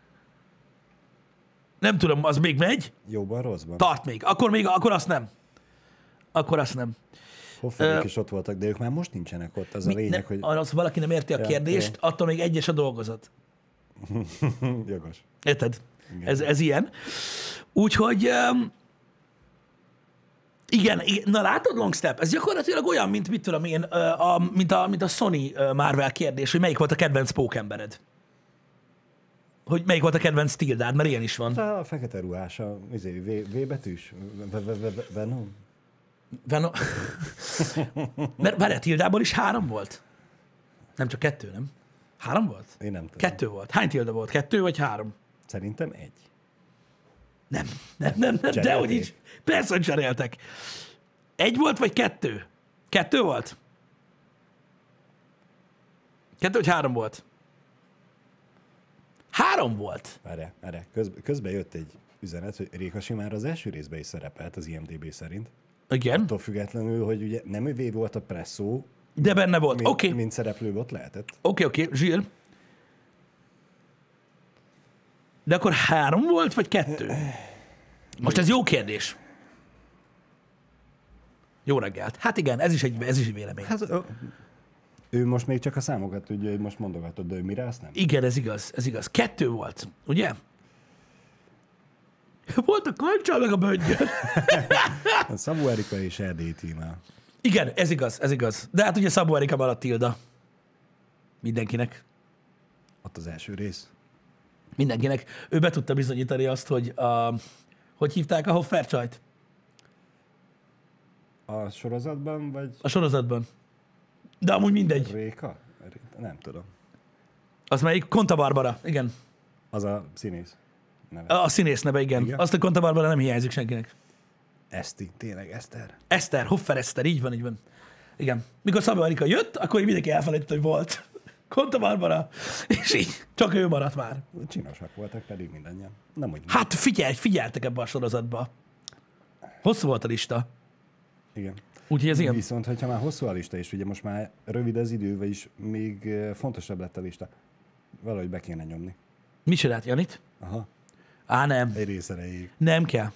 Nem tudom, az még megy? Jóban, rosszban. Tart még. Akkor még, akkor azt nem. Akkor azt nem. Hofferék is ott voltak, de ők már most nincsenek ott. Az Mi, a lényeg, ne, hogy... Arra, ha valaki nem érti a ja, kérdést, ja. attól még egyes a dolgozat. Jogos. Érted? Ez, ez ilyen. Úgyhogy... Um, Igen, igen, na látod, Longstep, ez gyakorlatilag olyan, mint mit tudom én, a, a, mint, a, mint a Sony Marvel kérdés, hogy melyik volt a kedvenc pókembered. Hogy melyik volt a kedvenc tildád, mert ilyen is van. A fekete ruhás, a izé, v, v betűs, Venom. Venom. Mert várj, Tildából is három volt? Nem csak kettő, nem? Három volt? Én nem tudom. Kettő volt. Hány Tilda volt? Kettő vagy három? Szerintem egy. Nem, nem, nem, nem dehogy is. Persze, hogy cseréltek. Egy volt, vagy kettő? Kettő volt? Kettő vagy három volt? Három volt. Várjál, várjál. Közben, közben jött egy üzenet, hogy Rékasi már az első részben is szerepelt az I M D B szerint. Igen. Attól függetlenül, hogy ugye nem ővé volt a presszó, de benne volt. mint, Oké. Okay. mint szereplő ott lehetett. Oké, okay, oké. Okay. Zsill. De akkor három volt, vagy kettő? Most ez jó kérdés. Jó reggelt. Hát igen, ez is egy, ez is egy vélemény. Hát, ö, ő most még csak a számokat tudja, hogy most mondogatod, de ő mire, azt nem? Igen, ez igaz, ez igaz. Kettő volt, ugye? Volt a Kancsal, meg a Böngyön. Szabó Erika és Erdélyi Tímá. Igen, ez igaz, ez igaz. De hát ugye Szabó Erika maradt Tilda. Mindenkinek. Ott az első rész. Mindenkinek. Ő be tudta bizonyítani azt, hogy a, hogy hívták a Hoffercsajt? A sorozatban, vagy A sorozatban. De amúgy mindegy. Réka? Nem tudom. Az melyik? Conta Barbara, igen. Az a színész neve. A, a színész neve, igen. Igen. Azt a Conta Barbara nem hiányzik senkinek. Eszti, tényleg Eszter. Eszter, Hoffer Eszter, így van, így van. Igen. Mikor Szabó Erika jött, akkor így mindenki elfelejtett, hogy volt. Conta Barbara, és így csak ő maradt már. Csinosak voltak pedig mindannyian. Nem úgy. Hát figyelj, figyeltek ebbe a sorozatba. Hosszú volt a lista. Igen. Úgyhogy ez ilyen. Viszont, hogyha már hosszú a lista, és ugye most már rövid az idő, vagyis még eh, fontosabb lett a lista, valahogy be kéne nyomni. Mi csinált, Janit? Aha, Á, nem. egy rész erejéig. Nem kell.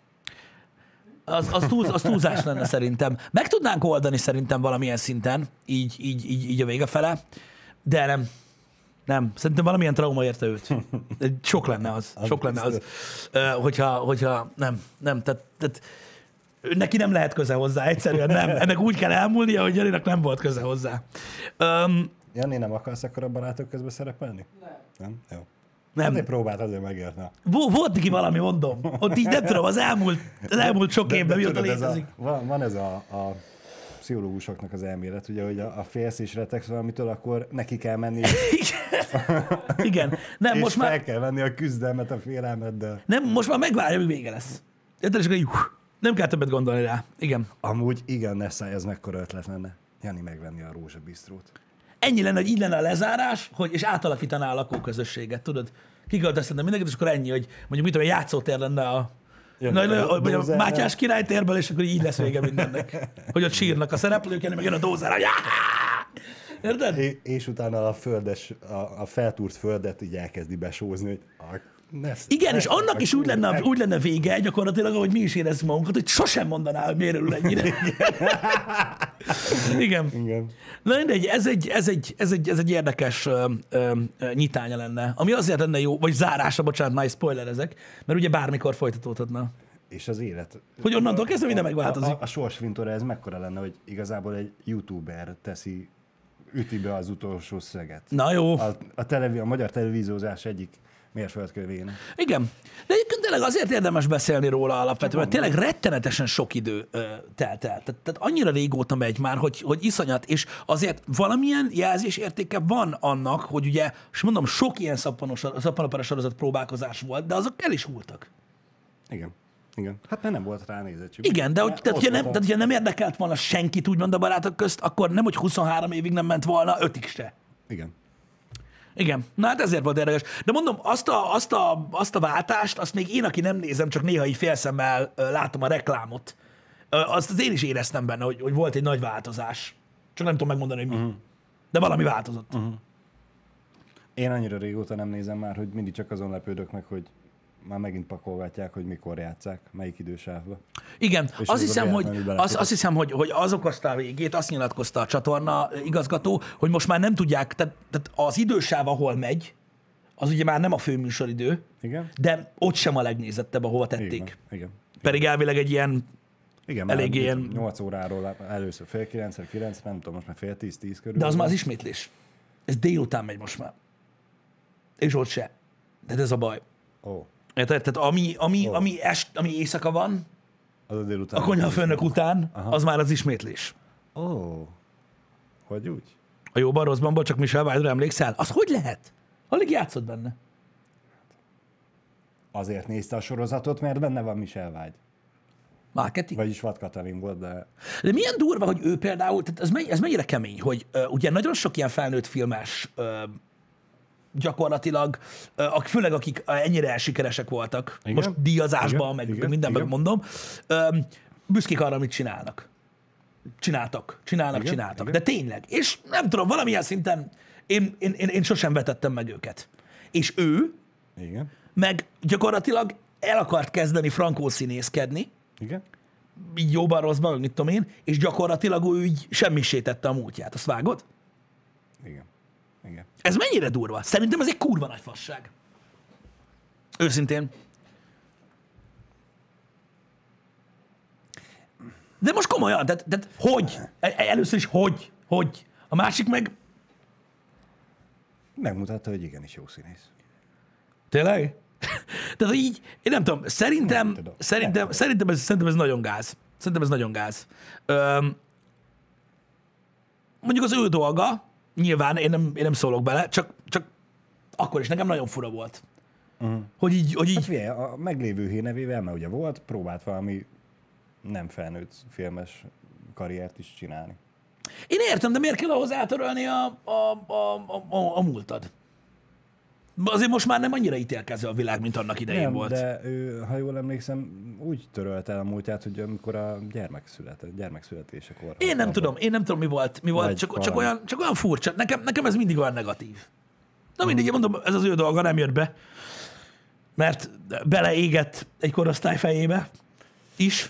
Az, az, túl, az túlzás lenne szerintem. Meg tudnánk oldani szerintem valamilyen szinten, így, így, így, így a vége fele, de nem. Nem. Szerintem valamilyen trauma érte őt. Sok lenne az. Az Sok lenne az. Ö, hogyha, hogyha nem, nem. Tehát, tehát neki nem lehet köze hozzá, egyszerűen nem. Ennek úgy kell elmúlnia, hogy Janinak nem volt köze hozzá. Um, Jani, nem akarsz akkor a barátok közben szerepelni? Nem. Nem? Jó. nem. Azért próbált, azért megérte. Vo- volt neki valami, mondom. Ott így nem tudom, az elmúlt, az elmúlt sok évben mióta tudod, ez a, létezik. van, van ez a, a pszichológusoknak az elmélet, ugye, hogy a, a félsz és retegsz valamitől, akkor neki kell menni, Igen. Nem, és most fel már, kell venni a küzdelmet a félelmeddel. nem, most már megvárja, hogy vége lesz. Érted, és akkor így, nem kell többet gondolni rá. Igen. Amúgy igen, Nessai, ez mekkora ötlet lenne. Jani megvenni a rózsabistrót. Ennyi lenne, hogy így lenne a lezárás, hogy, és átalakítaná a lakóközösséget, tudod? Kiköltöztetne mindenkit, és akkor ennyi, hogy mondjuk mit tudom, egy játszótér lenne a, Jön na, a na, vagy a dózerrel. Mátyás királytérből, és akkor így lesz vége mindennek. Hogy ott sírnak a szereplők, jönnek, meg jön a dózer, hogy érted? É- és utána a földes, a, a feltúrt földet így elkezdi besózni, hogy a, Ness, Igen, és annak is úgy lenne, úgy lenne vége gyakorlatilag, ahogy mi is érezzük magunkat, hogy sosem mondaná, hogy miért örül ennyire. Igen. Igen. Na mindegy, ez egy, ez egy, ez egy, ez egy érdekes ö, ö, ö, nyitánya lenne, ami azért lenne jó, vagy zárása, bocsánat, már spoiler ezek, mert ugye bármikor folytatódhatna. És az élet. Hogy onnantól kezdve minden megváltozik. A, a, a sorsfintora ez mekkora lenne, hogy igazából egy youtuber teszi, üti be az utolsó szöget. Na jó. A, a, televi, a magyar televíziózás egyik mérföldkövének. Igen. De egyébként tényleg azért érdemes beszélni róla alapvetően, mert tényleg rettenetesen sok idő ö, telt el. Tehát, tehát annyira régóta megy már, hogy, hogy iszonyat, és azért valamilyen jelzésértéke van annak, hogy ugye, és mondom, sok ilyen szappanopera sorozat próbálkozás volt, de azok el is hultak. Igen. Igen. Hát mert nem volt rá nézettség. Igen, de hogy, Ott tehát, hogyha nem, volt a- tehát, hogyha nem érdekelt volna senkit úgymond a barátok közt, akkor nem, hogy huszonhárom évig nem ment volna, ötig se. Igen. Igen, na hát ezért volt érdekes. De mondom, azt a, azt, a, azt a váltást, azt még én, aki nem nézem, csak néha így félszemmel ö, látom a reklámot, ö, azt az én is éreztem benne, hogy, hogy volt egy nagy változás. Csak nem tudom megmondani, hogy mi. Uh-huh. De valami változott. Uh-huh. Én annyira régóta nem nézem már, hogy mindig csak azon lepődök meg, hogy már megint pakolgatják, hogy mikor játsszák, melyik idősávban. Igen, És azt amikor hiszem, hogy, véletlenül az, belefutottam. azt hiszem, hogy, hogy az okozta a végét, azt nyilatkozta a csatorna igazgató, hogy most már nem tudják, tehát, tehát az idősáv, ahol megy, az ugye már nem a főműsoridő, Igen? de ott sem a legnézettebb, ahova tették. Igen. Igen. Pedig elvileg egy ilyen Igen, Elég már ilyen... nyolc óráról először fél kilenc, kilenc, nem tudom, most már fél tíz, tíz körül. De az már az ismétlés. Ez délután megy most már. És ott se. De ez a baj. Ó, oh, Érted? Tehát ami, ami, Ó. ami, est, ami éjszaka van, az a délután. a konyhafőnök után, Aha. az már az ismétlés. Ó, oh, hogy úgy? A jóban, rosszban, csak Michelle Wilde-ra emlékszel? Az hogy lehet? Alig játszott benne. Azért nézte a sorozatot, mert benne van Michelle Wilde. Marketing. Vagyis Vad Katalin volt, de... De milyen durva, hogy ő például, tehát ez, menny, ez mennyire kemény, hogy uh, ugye nagyon sok ilyen felnőtt filmes uh, gyakorlatilag, uh, főleg akik ennyire elsikeresek voltak, Igen? most díjazásban, Igen? meg, Igen? meg mindenben Igen? mondom, uh, büszkék arra, amit csinálnak. Csináltak, csinálnak, Igen? csináltak. Igen? De tényleg. És nem tudom, valamilyen szinten én, én, én, én sosem vetettem meg őket. És ő Igen? meg gyakorlatilag el akart kezdeni frankó színészkedni, Igen? így jóban, rosszban, mit tudom én, és gyakorlatilag ő így semmisítette a múltját. Azt vágod? Igen. Igen. Ez mennyire durva? Szerintem ez egy kurva nagy fasság. Őszintén. De most komolyan, tehát, tehát hogy? Először is hogy? Hogy? A másik meg... Megmutatta, hogy igenis jó színész. Tényleg? Tehát így, én nem tudom, szerintem, Nem tudom. szerintem, Nem szerintem, ez, szerintem ez nagyon gáz. Szerintem ez nagyon gáz. Öm, mondjuk az ő dolga, nyilván én nem, én nem szólok bele, csak, csak akkor is nekem nagyon fura volt. Uh-huh. Hogy így, hogy így Hát figyelj, a meglévő hírnevével, mert ugye volt, próbált valami nem felnőtt filmes karriert is csinálni. én értem, de miért kell ahhoz átörölni a, a, a, a, a múltad? Azért most már nem annyira ítélkező a világ, mint annak idején Nem, volt. de ő, ha jól emlékszem, úgy törölte el a múltját, hogy amikor a gyermek született, gyermekszületésekor. Én nem tudom, én nem tudom, mi volt, mi volt, Vagy csak, csak, valami. olyan, csak olyan furcsa. Nekem, nekem ez mindig olyan negatív. Na mindig, én mondom, ez az ő dolga, nem jött be, mert beleégett egy korosztály fejébe is.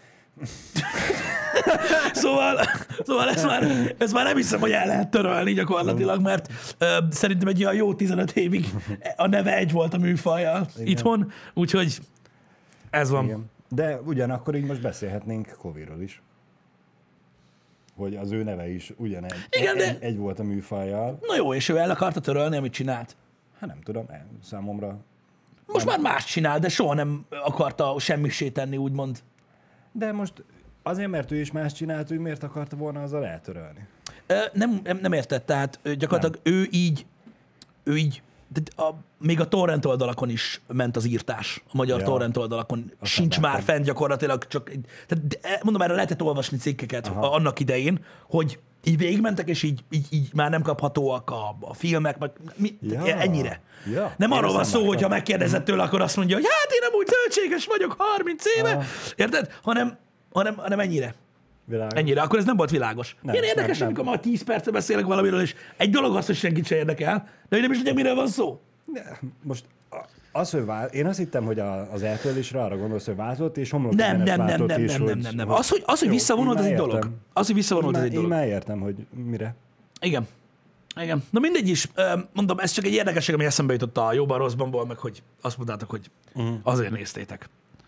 szóval, szóval ezt, már, ezt már nem hiszem, hogy el lehet törölni gyakorlatilag, mert ö, szerintem egy olyan jó tizenöt évig a neve egy volt a műfajjal itthon, úgyhogy ez van. Igen. De ugyanakkor így most beszélhetnénk Covidról is. Hogy az ő neve is ugyanegy. Igen, de- egy, egy volt a műfajjal. Na jó, és ő el akarta törölni, amit csinált. Hát nem tudom, el- számomra. Most már más csinál, de soha nem akarta semmisé tenni, úgymond. De most azért, mert ő is más csinált, ő miért akarta volna azzal eltörölni? Ö, Nem, nem, nem érted, tehát ö, gyakorlatilag nem. ő így, ő így, de a, még a torrent oldalakon is ment az írtás. A magyar Ja. torrent oldalakon Azt sincs nem már láttam. fent gyakorlatilag, csak, tehát, de, mondom, erre lehetett olvasni cikkeket a, annak idején, hogy így végigmentek, és így, így, így már nem kaphatóak a, a filmek, meg mi, Ja. ja. ennyire. Ja. Nem Én arról ezt van nem szó, hogy ha láttam. megkérdezett tőle, akkor azt mondja, hogy hát én nem úgy zöldséges vagyok harminc éve, Aha. érted? Hanem, hanem, hanem ennyire. Világos. Ennyire, akkor ez nem volt világos. Nem, Ilyen érdekes, nem, amikor nem. már tíz perce beszélek valamiről, és egy dolog az, hogy senkit se érdekel, de hogy nem is tudja, miről van szó. De most a- az, hogy vál... én azt hittem, hogy a, az eltörlésre arra gondolsz, hogy váltott, és homlok Nem, nem, nem, váltott nem, is, nem, hogy, nem, nem, nem. Az, hogy, az, hogy Jó, visszavonult, én ez egy már dolog. értem. Az, hogy visszavonult, Én ez már- egy dolog. Én már értem, hogy mire. Igen. Igen. Na mindegy is. Ö, Mondom, ez csak egy érdekesség, ami eszembe jutott a jóban, rosszbanból, meg hogy azt mondtátok, hogy uh-huh. azért néztétek.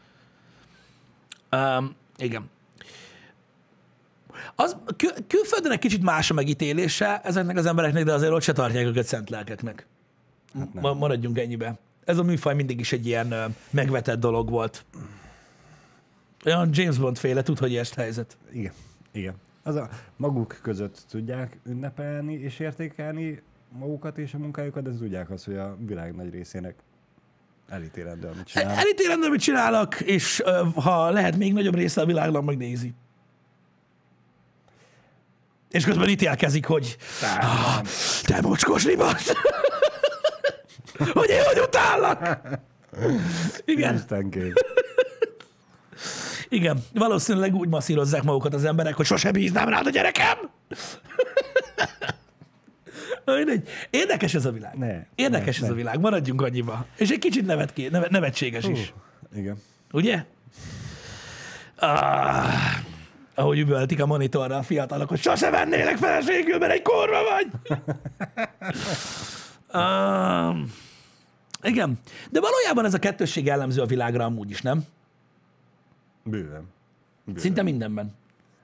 Um, igen. Az, kül- külföldön egy kicsit más a megítélése ezeknek az embereknek, de azért ott se tartják őket szent lelkeknek. Hát nem. Ma, maradjunk ennyibe. Ez a műfaj mindig is egy ilyen ö, megvetett dolog volt. Olyan James Bond féle, tud, hogy ezt helyzet. Igen. Igen. Az a maguk között tudják ünnepelni és értékelni magukat és a munkájukat, de tudják azt, hogy a világ nagy részének elítélendő, amit csinál. Elítélendő, amit csinálnak, és ö, ha lehet még nagyobb része a világnak, megnézi. És közben ítélkezik, hogy ah, te mocskos libat! hogy én hogy utállak! Igen, Istenkém. igen. Valószínűleg úgy masszírozzák magukat az emberek, hogy sose bíznám rád a gyerekem! Mindegy. Érdekes ez a világ. Ne, Érdekes ne, ez ne. a világ, maradjunk annyiba. És egy kicsit nevetké, neve, nevetséges is. Igen. Ugye? Ah, ahogy üvöltik a monitorra a fiatalok, hogy sose vennélek feleségül, mert egy kurva vagy. ah, igen. De valójában ez a kettősség jellemző a világra amúgy is, nem? Bőven. Bőven. Szinte mindenben.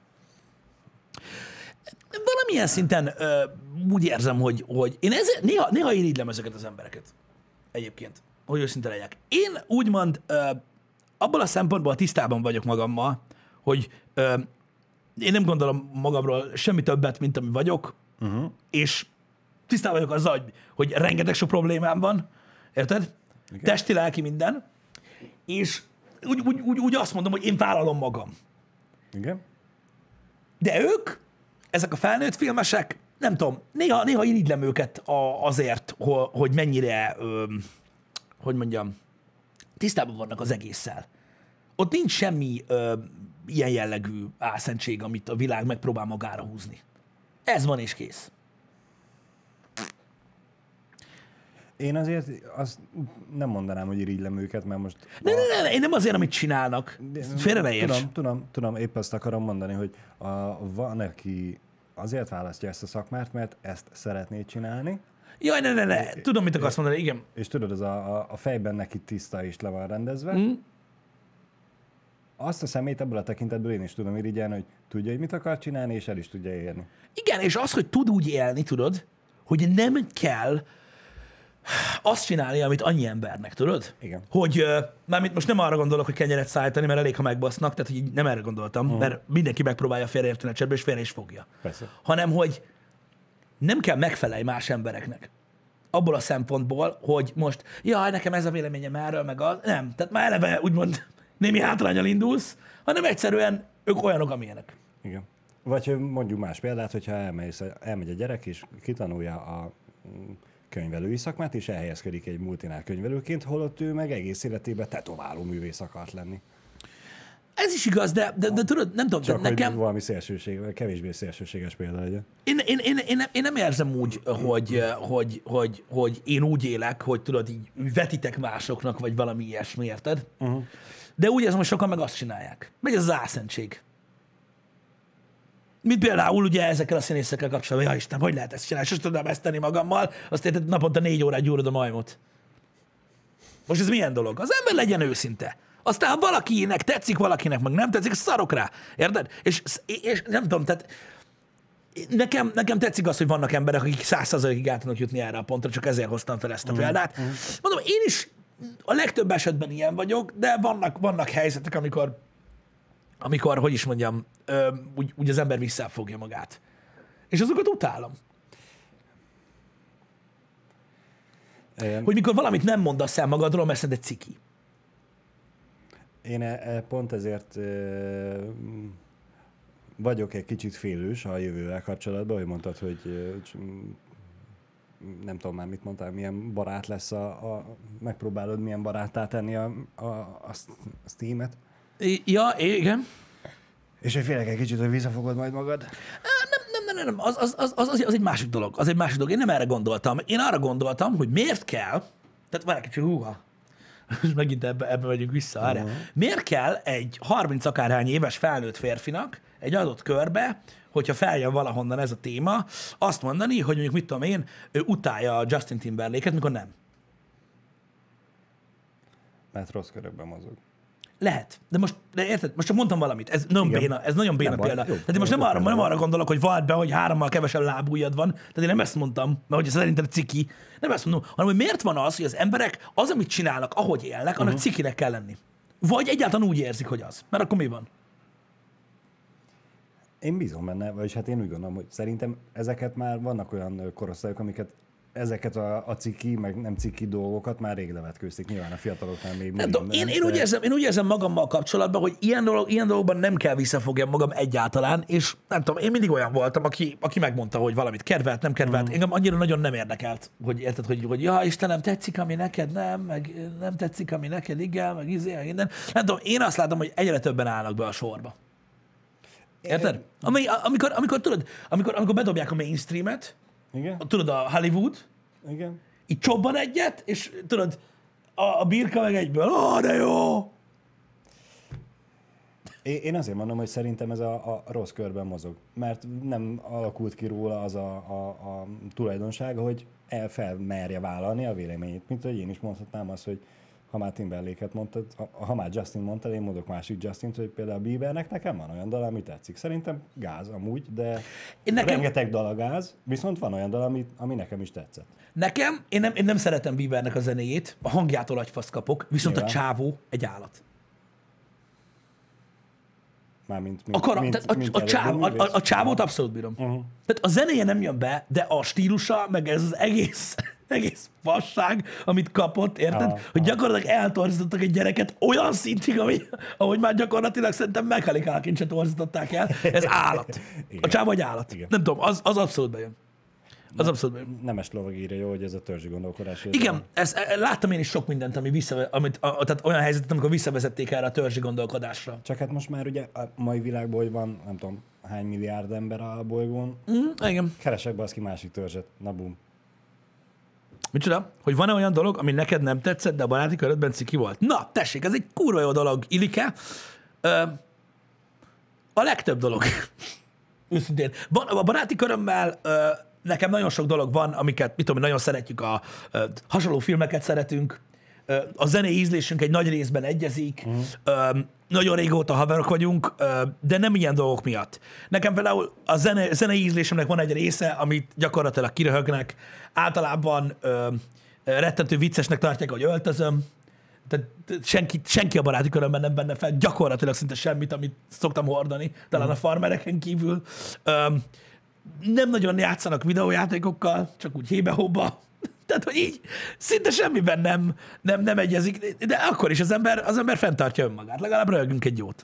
Valamilyen szinten ö, úgy érzem, hogy, hogy én ezért, néha, néha irigylem ezeket az embereket. Egyébként, hogy őszinte legyek. Én úgymond ö, abból a szempontból tisztában vagyok magammal, hogy ö, én nem gondolom magamról semmi többet, mint ami vagyok, uh-huh. és tisztában vagyok azzal, hogy, hogy rengeteg sok problémám van, érted? Igen. Testi, lelki, minden. És úgy, úgy, úgy, úgy azt mondom, hogy én vállalom magam. Igen. De ők, ezek a felnőtt filmesek, nem tudom, néha, néha irigylem őket a, azért, hogy mennyire, öm, hogy mondjam, tisztában vannak az egésszel. Ott nincs semmi öm, ilyen jellegű álszentség, amit a világ megpróbál magára húzni. Ez van és kész. Én azért azt nem mondanám, hogy irigylem őket, mert most... Ne, a... ne, ne, én nem azért, amit csinálnak. Félre ne érts. Tudom, tudom, tudom, épp azt akarom mondani, hogy a, van, aki azért választja ezt a szakmát, mert ezt szeretné csinálni. Jaj, ne, ne, ne. Tudom, mit akarsz mondani, igen. És tudod, az a, a, a fejben neki tiszta és le van rendezve. Mm. Azt a szemét ebből a tekintetből én is tudom irigyelni, hogy tudja, hogy mit akar csinálni, és el is tudja érni. Igen, és az, hogy tud úgy élni, tudod, hogy nem kell azt csinálni, amit annyi embernek, tudod? Igen. Hogy, uh, mármint most nem arra gondolok, hogy kenyeret szállítani, mert elég, ha megbasznak, tehát így nem erre gondoltam, uh-huh. mert mindenki megpróbálja félreérteni a csetbe, és félre is fogja. Persze. Hanem, hogy nem kell megfelelni más embereknek. Abból a szempontból, hogy most, jaj, nekem ez a véleményem erről, meg az. Nem, tehát már eleve úgymond némi hátrányal indulsz, hanem egyszerűen ők olyanok, amilyenek. Igen. Vagy mondjuk más példát, hogyha elmegy, elmegy a gyerek, és kitanulja a könyvelői szakmát, és elhelyezkedik egy multinál könyvelőként, holott ő meg egész életében tetováló művész akart lenni. Ez is igaz, de, de, de tudod, nem tudom, Csak nekem... hogy valami szélsőség, kevésbé szélsőséges példa legyen. Én, én, én, én, nem, én nem érzem úgy, hogy, hogy, hogy, hogy én úgy élek, hogy tudod, így vetitek másoknak, vagy valami ilyesmi, érted? Uh-huh. De úgy érzem, hogy sokan meg azt csinálják. Megy az álszentség. Mint például ugye ezekkel a színészekkel kapcsolatban, ja Isten, hogy lehet ezt csinálni, sosem tudnám ezt tenni magammal, azt érted, naponta négy órát gyúrod a majmot. Most ez milyen dolog? Az ember legyen őszinte. Aztán ha valakinek tetszik, valakinek meg nem tetszik, szarok rá. Érted? És, és nem tudom, tehát nekem, nekem tetszik az, hogy vannak emberek, akik száz százalékig át tudnak jutni erre a pontra, csak ezért hoztam fel ezt a példát. Mm. Mondom, én is a legtöbb esetben ilyen vagyok, de vannak, vannak helyzetek, amikor amikor, hogy is mondjam, ö, úgy, úgy az ember visszafogja magát. És azokat utálom. Én, hogy mikor valamit nem mondasz el magadról, mert szerinted ciki. Én e, e, pont ezért e, vagyok egy kicsit félős a jövővel kapcsolatban, hogy mondtad, hogy e, nem tudom már mit mondtál, milyen barát lesz a, a megpróbálod milyen baráttá tenni a, a, a, a Steam-et. Ja, igen. És hogy félek egy kicsit, hogy visszafogod majd magad? Nem, nem, nem, nem. Az, az, az, az, az egy másik dolog. Az egy másik dolog. Én nem erre gondoltam. Én arra gondoltam, hogy miért kell, tehát várj kicsit, húha, megint ebbe, ebbe megyünk vissza, uh-huh. Miért kell egy harminc akárhány éves felnőtt férfinak egy adott körbe, hogyha feljön valahonnan ez a téma, azt mondani, hogy mondjuk mit tudom én, ő utálja a Justin Timberlake-et, mikor nem. Mert rossz körökben mozog. Lehet. De most, de érted? Most csak mondtam valamit. Ez nagyon Igen. béna, ez nagyon béna nem példa. Jó, Tehát én most nem arra, nem arra gondolok, hogy vald be, hogy hárommal kevesebb lábujjad van. Tehát én nem ezt mondtam, mert hogy szerintem ciki. Nem ezt mondom, hanem hogy miért van az, hogy az emberek az, amit csinálnak, ahogy élnek, annak uh-huh. cikinek kell lenni. Vagy egyáltalán úgy érzik, hogy az. Mert akkor mi van? Én bízom benne, vagyis hát én úgy gondolom, hogy szerintem ezeket már vannak olyan korosztályok, amiket ezeket a, a ciki, meg nem ciki dolgokat már rég levetkőzték, nyilván a fiataloknál még nem, nem, én, én, úgy érzem, én úgy érzem magammal kapcsolatban, hogy ilyen, dolog, ilyen dolgokban nem kell visszafogjam magam egyáltalán, és nem tudom, én mindig olyan voltam, aki, aki megmondta, hogy valamit kedvelt, nem kedvelt. Mm. Engem annyira nagyon nem érdekelt, hogy érted, hogy, hogy ja, Istenem, tetszik, ami neked nem, meg nem tetszik, ami neked igen, meg izé, meg minden. Nem tudom, én azt látom, hogy egyre többen állnak be a sorba. Érted? Ami, amikor, amikor, tudod, amikor, amikor bedobják a mainstreamet, igen? Tudod, a Hollywood, igen? Így csobban egyet, és tudod, a, a birka meg egyből, ó, oh, de jó! Én azért mondom, hogy szerintem ez a, a rossz körben mozog, mert nem alakult ki róla az a, a, a tulajdonsága, hogy el felmerje vállalni a véleményét. Mint hogy én is mondhatnám azt, hogy, ha már Timberlake-et mondtad, ha, ha már Justin mondtad, én mondok másik Justint, hogy például a Biebernek nekem van olyan dal, ami tetszik. Szerintem gáz amúgy, de Én nekem, rengeteg dal a gáz, viszont van olyan dal, ami, ami nekem is tetszett. nekem én, nem, én nem szeretem Biebernek a zenéjét, a hangjától agyfaszt kapok, viszont Nyilván. a csávó egy állat. Mármint, A, mint, kara, mint, tehát a, mint a, csáv, a, a, a csávót Aha. abszolút bírom. Uh-huh. Tehát a zenéje nem jön be, de a stílusa, meg ez az egész, egész fasság, amit kapott, érted? Aha, hogy gyakorlatilag eltorzítottak egy gyereket olyan szintig, ami, ahogy már gyakorlatilag szerintem Macaulay Culkin se torzították el. Ez állat. Igen. A csávó egy állat. Igen. Nem tudom, az, az abszolút bejön. Az abszolút bejön. Nemes lovag írja jó, hogy ez a törzsi gondolkodás. Igen, ezt, e- láttam én is sok mindent, ami vissza, amit, a, tehát olyan helyzetet, amikor visszavezették erre a törzsi gondolkodásra. Csak hát most már ugye a mai világban, hogy van, nem tudom, hány milliárd ember a bolygón, Mm, igen. keresek be az ki másik törzset. Na bum. Micsoda? Hogy van-e olyan dolog, ami neked nem tetszett, de a baráti körödben ciki volt? Na, tessék, ez egy kurva jó dolog, Ilike. Ö, a legtöbb dolog. Őszintén. Van, a baráti körömmel ö, nekem nagyon sok dolog van, amiket, mit tudom, nagyon szeretjük, a, ö, hasonló filmeket szeretünk, ö, a zenei ízlésünk egy nagy részben egyezik, mm. ö, nagyon régóta haverok vagyunk, ö, de nem ilyen dolgok miatt. Nekem például a zene, zenei ízlésemnek van egy része, amit gyakorlatilag kiröhögnek. Általában ö, rettentő viccesnek tartják, hogy öltözöm. Tehát senki, senki a baráti körömben nem benne fel, gyakorlatilag szinte semmit, amit szoktam hordani, talán a farmereken kívül. Ö, nem nagyon játszanak videójátékokkal, csak úgy hébe-hóba. Tehát, hogy így szinte semmiben nem, nem, nem egyezik, de akkor is az ember, az ember fenntartja önmagát. Legalább röhögünk egy jót.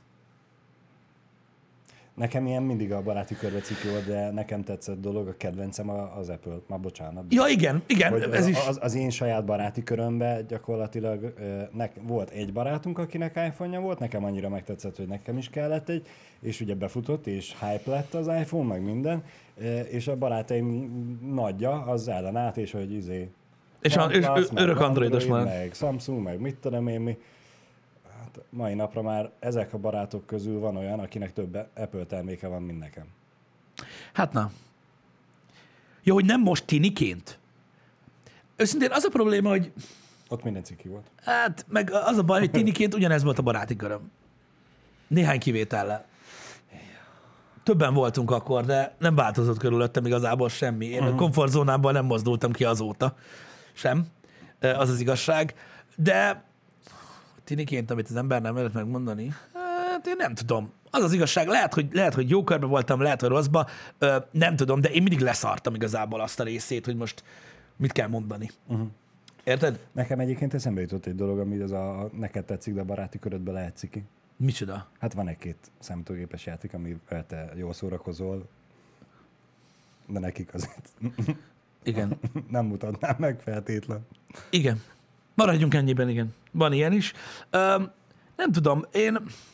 Nekem ilyen mindig a baráti körbe ciki volt, de nekem tetszett dolog, a kedvencem a- az Apple. Már bocsánat. Ja, igen, igen, Hogy ez is. az, az én saját baráti körömben gyakorlatilag ö, nek, volt egy barátunk, akinek iPhone-ja volt, nekem annyira megtetszett, hogy nekem is kellett egy, és ugye befutott, és hype lett az iPhone, meg minden, ö, és a barátaim nagyja az ellenállt, és hogy izé... És, a, és OnePlus, meg örök androidos már. Meg Samsung, meg mit tudom én mi. Hát mai napra már ezek a barátok közül van olyan, akinek több Apple terméke van, mint nekem. Hát na. Jó, hogy nem most tiniként. Őszintén az a probléma, hogy Ott minden ciki volt. hát, meg az a baj, hogy tiniként ugyanez volt a baráti köröm. Néhány kivétellel. Többen voltunk akkor, de nem változott körülöttem igazából semmi. Én uh-huh. a komfortzónámban nem mozdultam ki azóta. Sem. Az az igazság. De tiniként, amit az ember nem lehet megmondani, hát én nem tudom. Az az igazság, lehet, hogy, lehet, hogy jó körbe voltam, lehet, hogy rosszba, Ö, nem tudom, de én mindig leszartam igazából azt a részét, hogy most mit kell mondani. Uh-huh. Érted? Nekem egyébként eszembe jutott egy dolog, ami az a neked tetszik, de a baráti körödbe lehet ciki. Micsoda? Hát van egy-két számítógépes játék, amivel te jól szórakozol, de nekik azért Igen. nem mutatnám meg feltétlen. Igen. Maradjunk ennyiben, igen. Van ilyen is. Ö, nem tudom, én...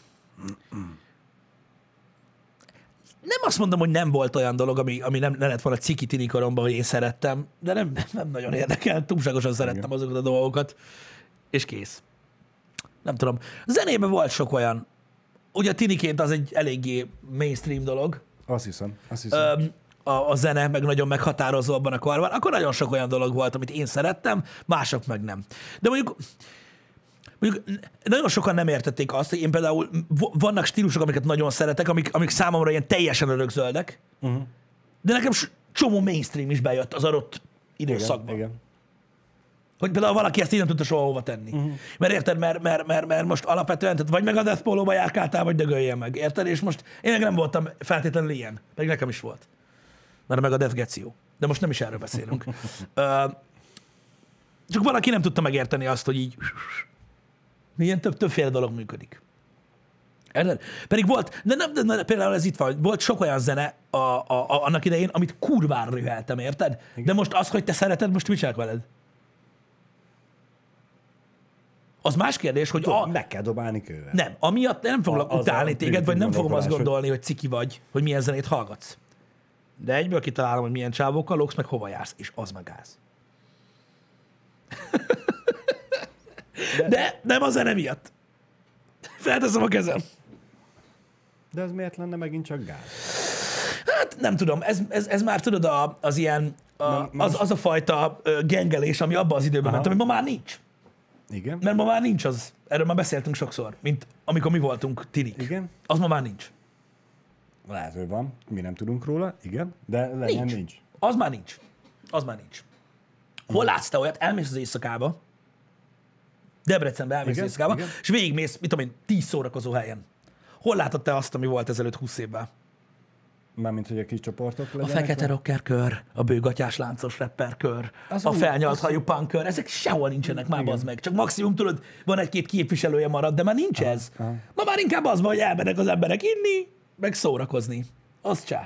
Nem azt mondom, hogy nem volt olyan dolog, ami, ami nem, nem lett volna ciki tini koromban, hogy én szerettem, de nem, nem nagyon érdekel. Túlságosan szerettem igen. azokat a dolgokat, és kész. Nem tudom. Zenében volt sok olyan. Ugye tiniként az egy eléggé mainstream dolog. Azt hiszem, azt hiszem. Ö, a, a zene meg nagyon meghatározó abban a korban, akkor nagyon sok olyan dolog volt, amit én szerettem, mások meg nem. De mondjuk, mondjuk nagyon sokan nem értették azt, hogy én például vannak stílusok, amiket nagyon szeretek, amik, amik számomra ilyen teljesen örökzöldek, uh-huh. de nekem csomó mainstream is bejött az adott időszakban. Igen, igen. Hogy például valaki ezt így nem tudta soha hova tenni. Uh-huh. Mert érted, mert, mert, mert, mert most alapvetően, tehát vagy meg a Death Polo-ba járkáltál, vagy dögöljen meg, érted? És most én meg nem voltam feltétlenül ilyen, pedig nekem is volt. Mert meg a Death Gecio. De most nem is erről beszélünk. uh, csak valaki nem tudta megérteni azt, hogy így ilyen több, többféle dolog működik. Érted? Pedig volt, de, nem, de, de például ez itt van, volt sok olyan zene a, a, a, annak idején, amit kurvára rüheltem, érted? Igen. De most az, hogy te szereted, most mit csinálok veled? Az más kérdés, hogy Tudom, a... meg kell dobálni kővel. Nem, amiatt nem foglak A- az utálni a téged, vagy nem primitív fogom azt gondolkodás, gondolni, hogy ciki vagy, hogy milyen zenét hallgatsz. De egyből kitalálom, hogy milyen csávókkal lógsz, meg hova jársz, és az meg gáz. De, De nem a zene miatt. Felteszem a kezem. De ez miért lenne megint csak gáz? Hát nem tudom, ez, ez, ez már tudod a, az ilyen, a, Nem, az, az a fajta ö, gengelés, ami abban az időben Aha. ment, ami ma már nincs. Igen. Mert ma már nincs az. Erről már beszéltünk sokszor, mint amikor mi voltunk tinik. Igen. Az ma már nincs. Lehet, hogy van. Mi nem tudunk róla. Igen. De legyen nincs. nincs. Az már nincs. Az már nincs. Hol látsz te olyat? Elmész az éjszakába, Debrecenbe elmész Igen, az éjszakába, igen. és végigmész, mit tudom én, tíz szórakozó helyen. Hol látod te azt, ami volt ezelőtt húsz évvel? Mármint, hogy a kis csoportok A legyenek. fekete rocker kör, a bőgatyás láncos rapper kör, Az a úgy- felnyalt az- hajú punk kör, ezek sehol nincsenek már, Igen. bazd meg. Csak maximum, tudod, van egy-két képviselője marad, de már nincs ez. aha. Ma már inkább az van, hogy elmennek az emberek inni, meg szórakozni. Az csá.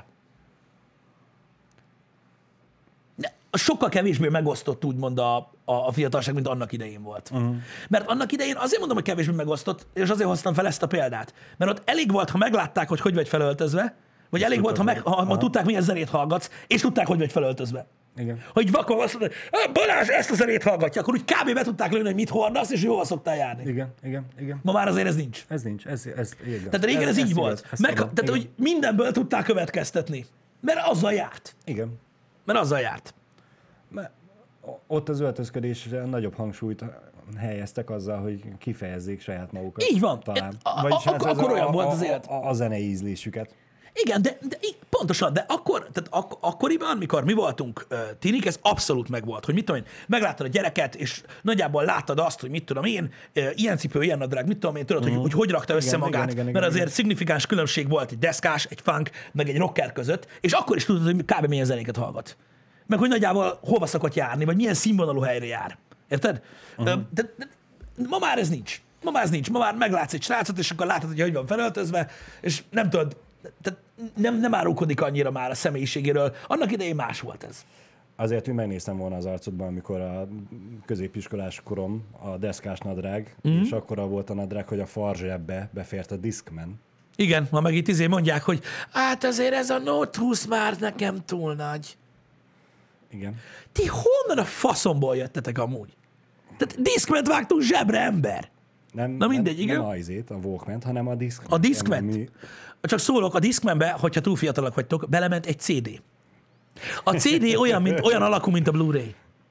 De sokkal kevésbé megosztott úgymond a, a, a fiatalság, mint annak idején volt. Uh-huh. Mert annak idején azért mondom, hogy kevésbé megosztott, és azért hoztam fel ezt a példát. Mert ott elég volt, ha meglátták, hogy hogy vagy felöltözve, vagy elég volt, ha, meg, ha, ha tudták, milyen zenét hallgatsz, és tudták, hogy vagy felöltözve. Igen. Hogy vakon azt mondod, hogy Balázs ezt a zenét hallgatja, akkor úgy kb. Be tudták lőni, hogy mit hordasz, és jól szoktál járni. Igen, igen, igen. Ma már azért ez nincs. Ez nincs, ez, ez igaz. Tehát régen ez, ez így igaz, volt. ez Meg, szabad. tehát, Igen. hogy mindenből tudták következtetni. Mert azzal járt. Igen. Mert azzal járt. Mert ott az öltözködésre nagyobb hangsúlyt helyeztek azzal, hogy kifejezzék saját magukat. Így van. Talán. A- a- Vagyis ak- ez az akkor a, olyan a, volt az a, élet. A, a zenei ízlésüket. Igen, de, de í- pontosan, de akkor, tehát ak- akkoriban, mikor mi voltunk uh, tinik, ez abszolút megvolt, hogy mit tudom én, megláttad a gyereket, és nagyjából láttad azt, hogy mit tudom én, uh, ilyen cipő, ilyen nadrág, mit tudom én, tudod, mm. hogy, hogy hogy rakta össze Igen, magát, igen, igen, mert igen, azért igen. szignifikáns különbség volt egy deszkás, egy funk, meg egy rocker között, és akkor is tudod, hogy kb. Milyen zenéket hallgat. Meg hogy nagyjából hova szokott járni, vagy milyen színvonalú helyre jár. Érted? Uh-huh. Uh, de, de, ma már ez nincs. Ma már ez nincs. Ma már meglátsz egy srácot, és akkor látod, hogy hogy van felöltözve, és nem tudod, tehát nem, nem árulkodik annyira már a személyiségéről. Annak idején más volt ez. Azért, hogy megnéztem volna az arcodban, amikor a középiskolás korom a deszkás nadrág, mm. és akkora volt a nadrág, hogy a farzsebbe befért a Discman. Igen, ma meg itt izé mondják, hogy hát azért ez a Note húsz már nekem túl nagy. Igen. Ti honnan a faszomból jöttetek amúgy? Tehát Discment vágtunk zsebre, ember. Nem, Na mindegy, nem, igen. Nem a izét, a Walkman, hanem a Discman. A Discman. Mi... Csak szólok, a Discmanbe, hogyha túl fiatalak vagytok, belement egy cé dé. A cé dé olyan, mint, olyan alakú, mint a Blu-ray.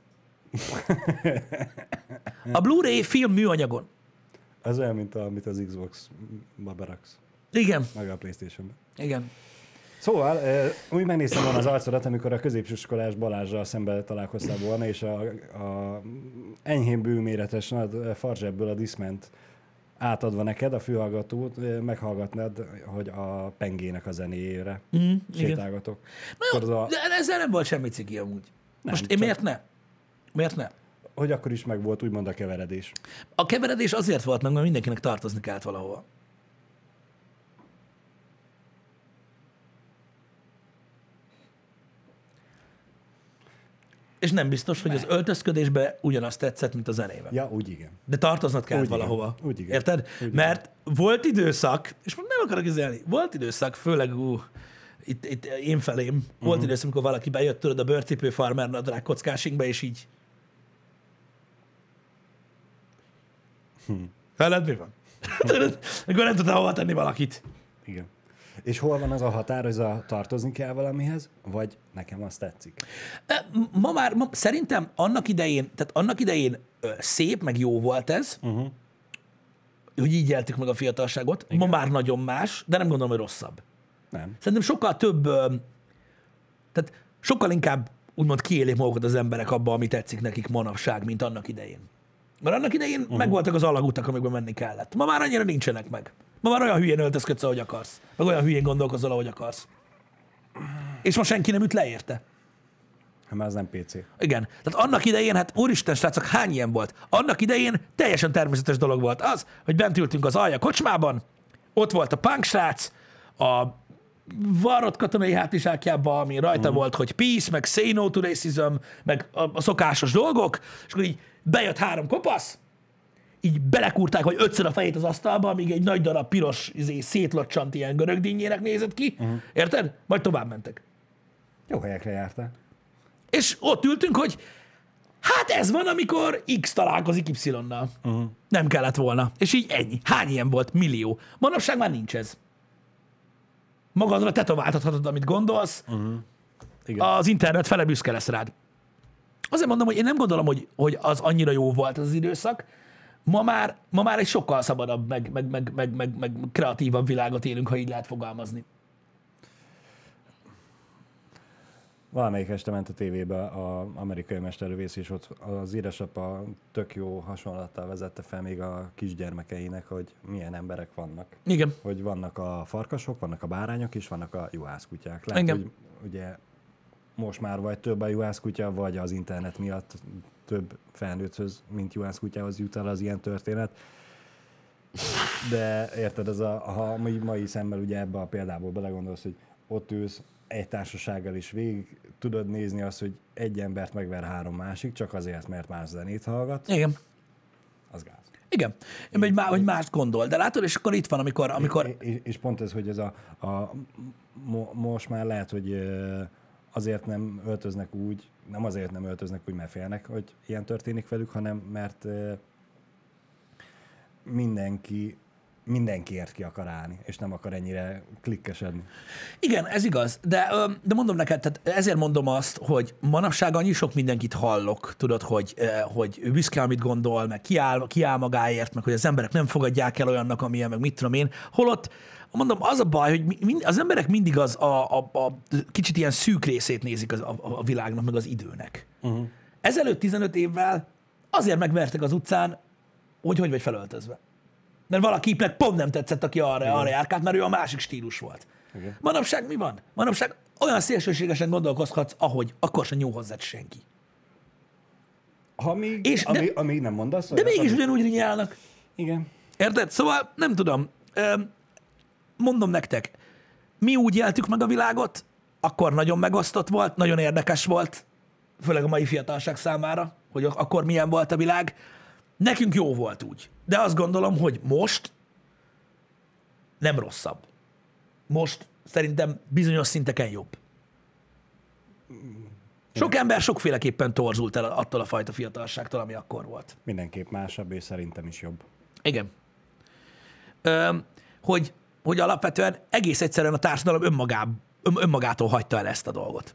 A Blu-ray film műanyagon. Ez olyan, mint amit az Xbox-ba beraksz, Igen, meg a PlayStation-be. igen. Szóval, eh, úgy megnéztem volna az arcodat, amikor a középiskolás Balázsral szemben találkoztál volna, és a, a enyhén bőméretes nagy farzsebből a Discment átadva neked, a fülhallgatót, eh, meghallgatnád, hogy a pengének a zenéjére Mm, igen. sétálgatok. Na Akkor jó, az a, de ezzel nem volt semmi ciki amúgy. Most én csak- miért ne? Miért ne? hogy akkor is meg volt úgymond a keveredés. A keveredés azért volt meg, mert mindenkinek tartozni kellett valahova. És nem biztos, hogy az öltözködésbe ugyanazt tetszett, mint a zenében. Ja, úgy igen. De tartoznod kellett Úgy igen. valahova. Úgy igen. Érted? Úgy igen. Mert volt időszak, és most nem akarok izélni, volt időszak, főleg ú, itt, itt én felém, uh-huh. volt időszak, amikor valaki bejött, tudod, a bőrcipő farmer nadrág kockásinkba, és így... Hmm. Veled mi van? Tudod, akkor nem tudtam hova tenni valakit. Igen. És hol van az a határ, hogy a tartozni kell valamihez, vagy nekem azt tetszik? E, Ma már, ma, szerintem annak idején, tehát annak idején ö, szép, meg jó volt ez, uh-huh. hogy így éltük meg a fiatalságot. Igen. Ma már nagyon más, de nem gondolom, hogy rosszabb. Nem. Szerintem sokkal több, ö, tehát sokkal inkább úgymond kiélik magukat az emberek abba, ami tetszik nekik manapság, mint annak idején. Mert annak idején uh-huh. megvoltak az alagutak, amikben menni kellett. Ma már annyira nincsenek meg. Ma már olyan hülyén öltözködsz, ahogy akarsz. Meg olyan hülyén gondolkozol, ahogy akarsz. És ma senki nem üt le érte. Hát már az nem pé cé. Igen. Tehát annak idején, hát úristen srácok, hány ilyen volt? Annak idején teljesen természetes dolog volt az, hogy bent ültünk az Alja kocsmában, ott volt a punk srác, a varrott katonai hátizsákjában, ami rajta mm. volt, hogy peace, meg say no to racism, meg a, a szokásos dolgok, és akkor így bejött három kopasz, így belekúrták, hogy ötször a fejét az asztalba, amíg egy nagy darab piros, izé, szétlocsant ilyen görögdínnyének nézett ki, uh-huh. érted? Majd tovább mentek. Jó helyekre jártál. És ott ültünk, hogy hát ez van, amikor X találkozik Y-nal. Uh-huh. Nem kellett volna. És így ennyi. Hány ilyen volt? Millió. Manapság már nincs ez. Magadra tetováltathatod, amit gondolsz, uh-huh. Igen. Az internet fele büszke lesz rád. Azért mondom, hogy én nem gondolom, hogy, hogy az annyira jó volt az, az időszak, Ma már, ma már egy sokkal szabadabb, meg, meg, meg, meg, meg, meg kreatívabb világot élünk, ha így lehet fogalmazni. Valamelyik este ment a tévébe az Amerikai Mesterlövész, és ott az édesapa tök jó hasonlattal vezette fel még a kisgyermekeinek, hogy milyen emberek vannak. Igen. Hogy vannak a farkasok, vannak a bárányok, és vannak a juhászkutyák. Lehet, Igen. hogy ugye most már vagy több a juhászkutya, vagy az internet miatt több felnőtthöz, mint juhászkutyához jut el az ilyen történet. De érted, ez a, ha mai, mai szemmel ugye ebbe a példából belegondolsz, hogy ott ülsz egy társasággal is végig tudod nézni azt, hogy egy embert megver három másik, csak azért, mert más zenét hallgat. Igen. Az gáz. Igen. Én hogy, má, hogy mást gondol. De látod, és akkor itt van, amikor... amikor... És, és pont ez, hogy ez a, a mo, most már lehet, hogy azért nem öltöznek úgy, nem azért nem öltöznek úgy, mert félnek, hogy ilyen történik velük, hanem mert mindenki mindenkiért ki akar állni, és nem akar ennyire klikkesedni. Igen, ez igaz, de, de mondom neked, tehát ezért mondom azt, hogy manapság annyi sok mindenkit hallok, tudod, hogy, hogy ő büszke, amit gondol, meg kiáll, kiáll magáért, meg hogy az emberek nem fogadják el olyannak, amilyen, meg mit tudom én. Holott, mondom, az a baj, hogy mind, az emberek mindig az a, a, a kicsit ilyen szűk részét nézik az, a, a világnak, meg az időnek. Uh-huh. Ezelőtt tizenöt évvel azért megvertek az utcán, hogy hogy vagy felöltözve. Mert valakinek pont nem tetszett, aki arra, arra járkált, mert ő a másik stílus volt. Igen. Manapság mi van? Manapság olyan szélsőségesen gondolkozhatsz, ahogy akkor sem nyúl hozzád senki. Ha még, és amíg, de, amíg nem mondasz. De mégis ugyanúgy rinyálnak. Igen. Érted? Szóval nem tudom. Mondom nektek, mi úgy éltük meg a világot, akkor nagyon megosztott volt, nagyon érdekes volt, főleg a mai fiatalság számára, hogy akkor milyen volt a világ. Nekünk jó volt úgy. De azt gondolom, hogy most nem rosszabb. Most szerintem bizonyos szinteken jobb. Sok ember sokféleképpen torzult el attól a fajta fiatalságtól, ami akkor volt. Mindenképp másabb, és szerintem is jobb. Igen. Ö, hogy, hogy alapvetően egész egyszerűen a társadalom önmagá, ön, önmagától hagyta el ezt a dolgot.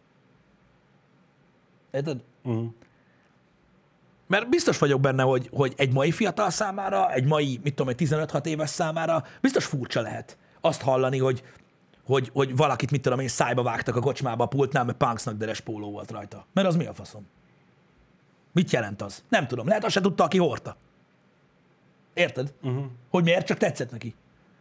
Érted? Uh-huh. Mert biztos vagyok benne, hogy, hogy egy mai fiatal számára, egy mai, mit tudom, egy tizenöt-hat éves számára biztos furcsa lehet azt hallani, hogy, hogy, hogy valakit, mit tudom én, szájba vágtak a kocsmába a pultnál, mert Punksnak deres póló volt rajta. Mert az mi a faszom? Mit jelent az? Nem tudom. Lehet, azt se tudta, aki hordta. Érted? Uh-huh. Hogy miért? Csak tetszett neki.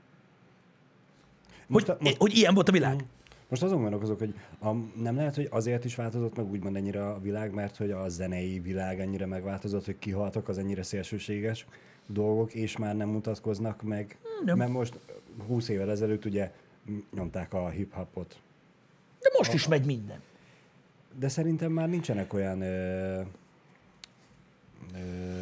Hogy, most, most, hogy ilyen volt a világ. Uh-huh. Most azon gondolkozok, hogy a, nem lehet, hogy azért is változott meg úgymond ennyire a világ, mert hogy a zenei világ ennyire megváltozott, hogy kihaltak az ennyire szélsőséges dolgok, és már nem mutatkoznak meg. Nem. Mert most húsz évvel ezelőtt ugye nyomták a hip-hopot. De most a, is megy minden. De szerintem már nincsenek olyan ö, ö,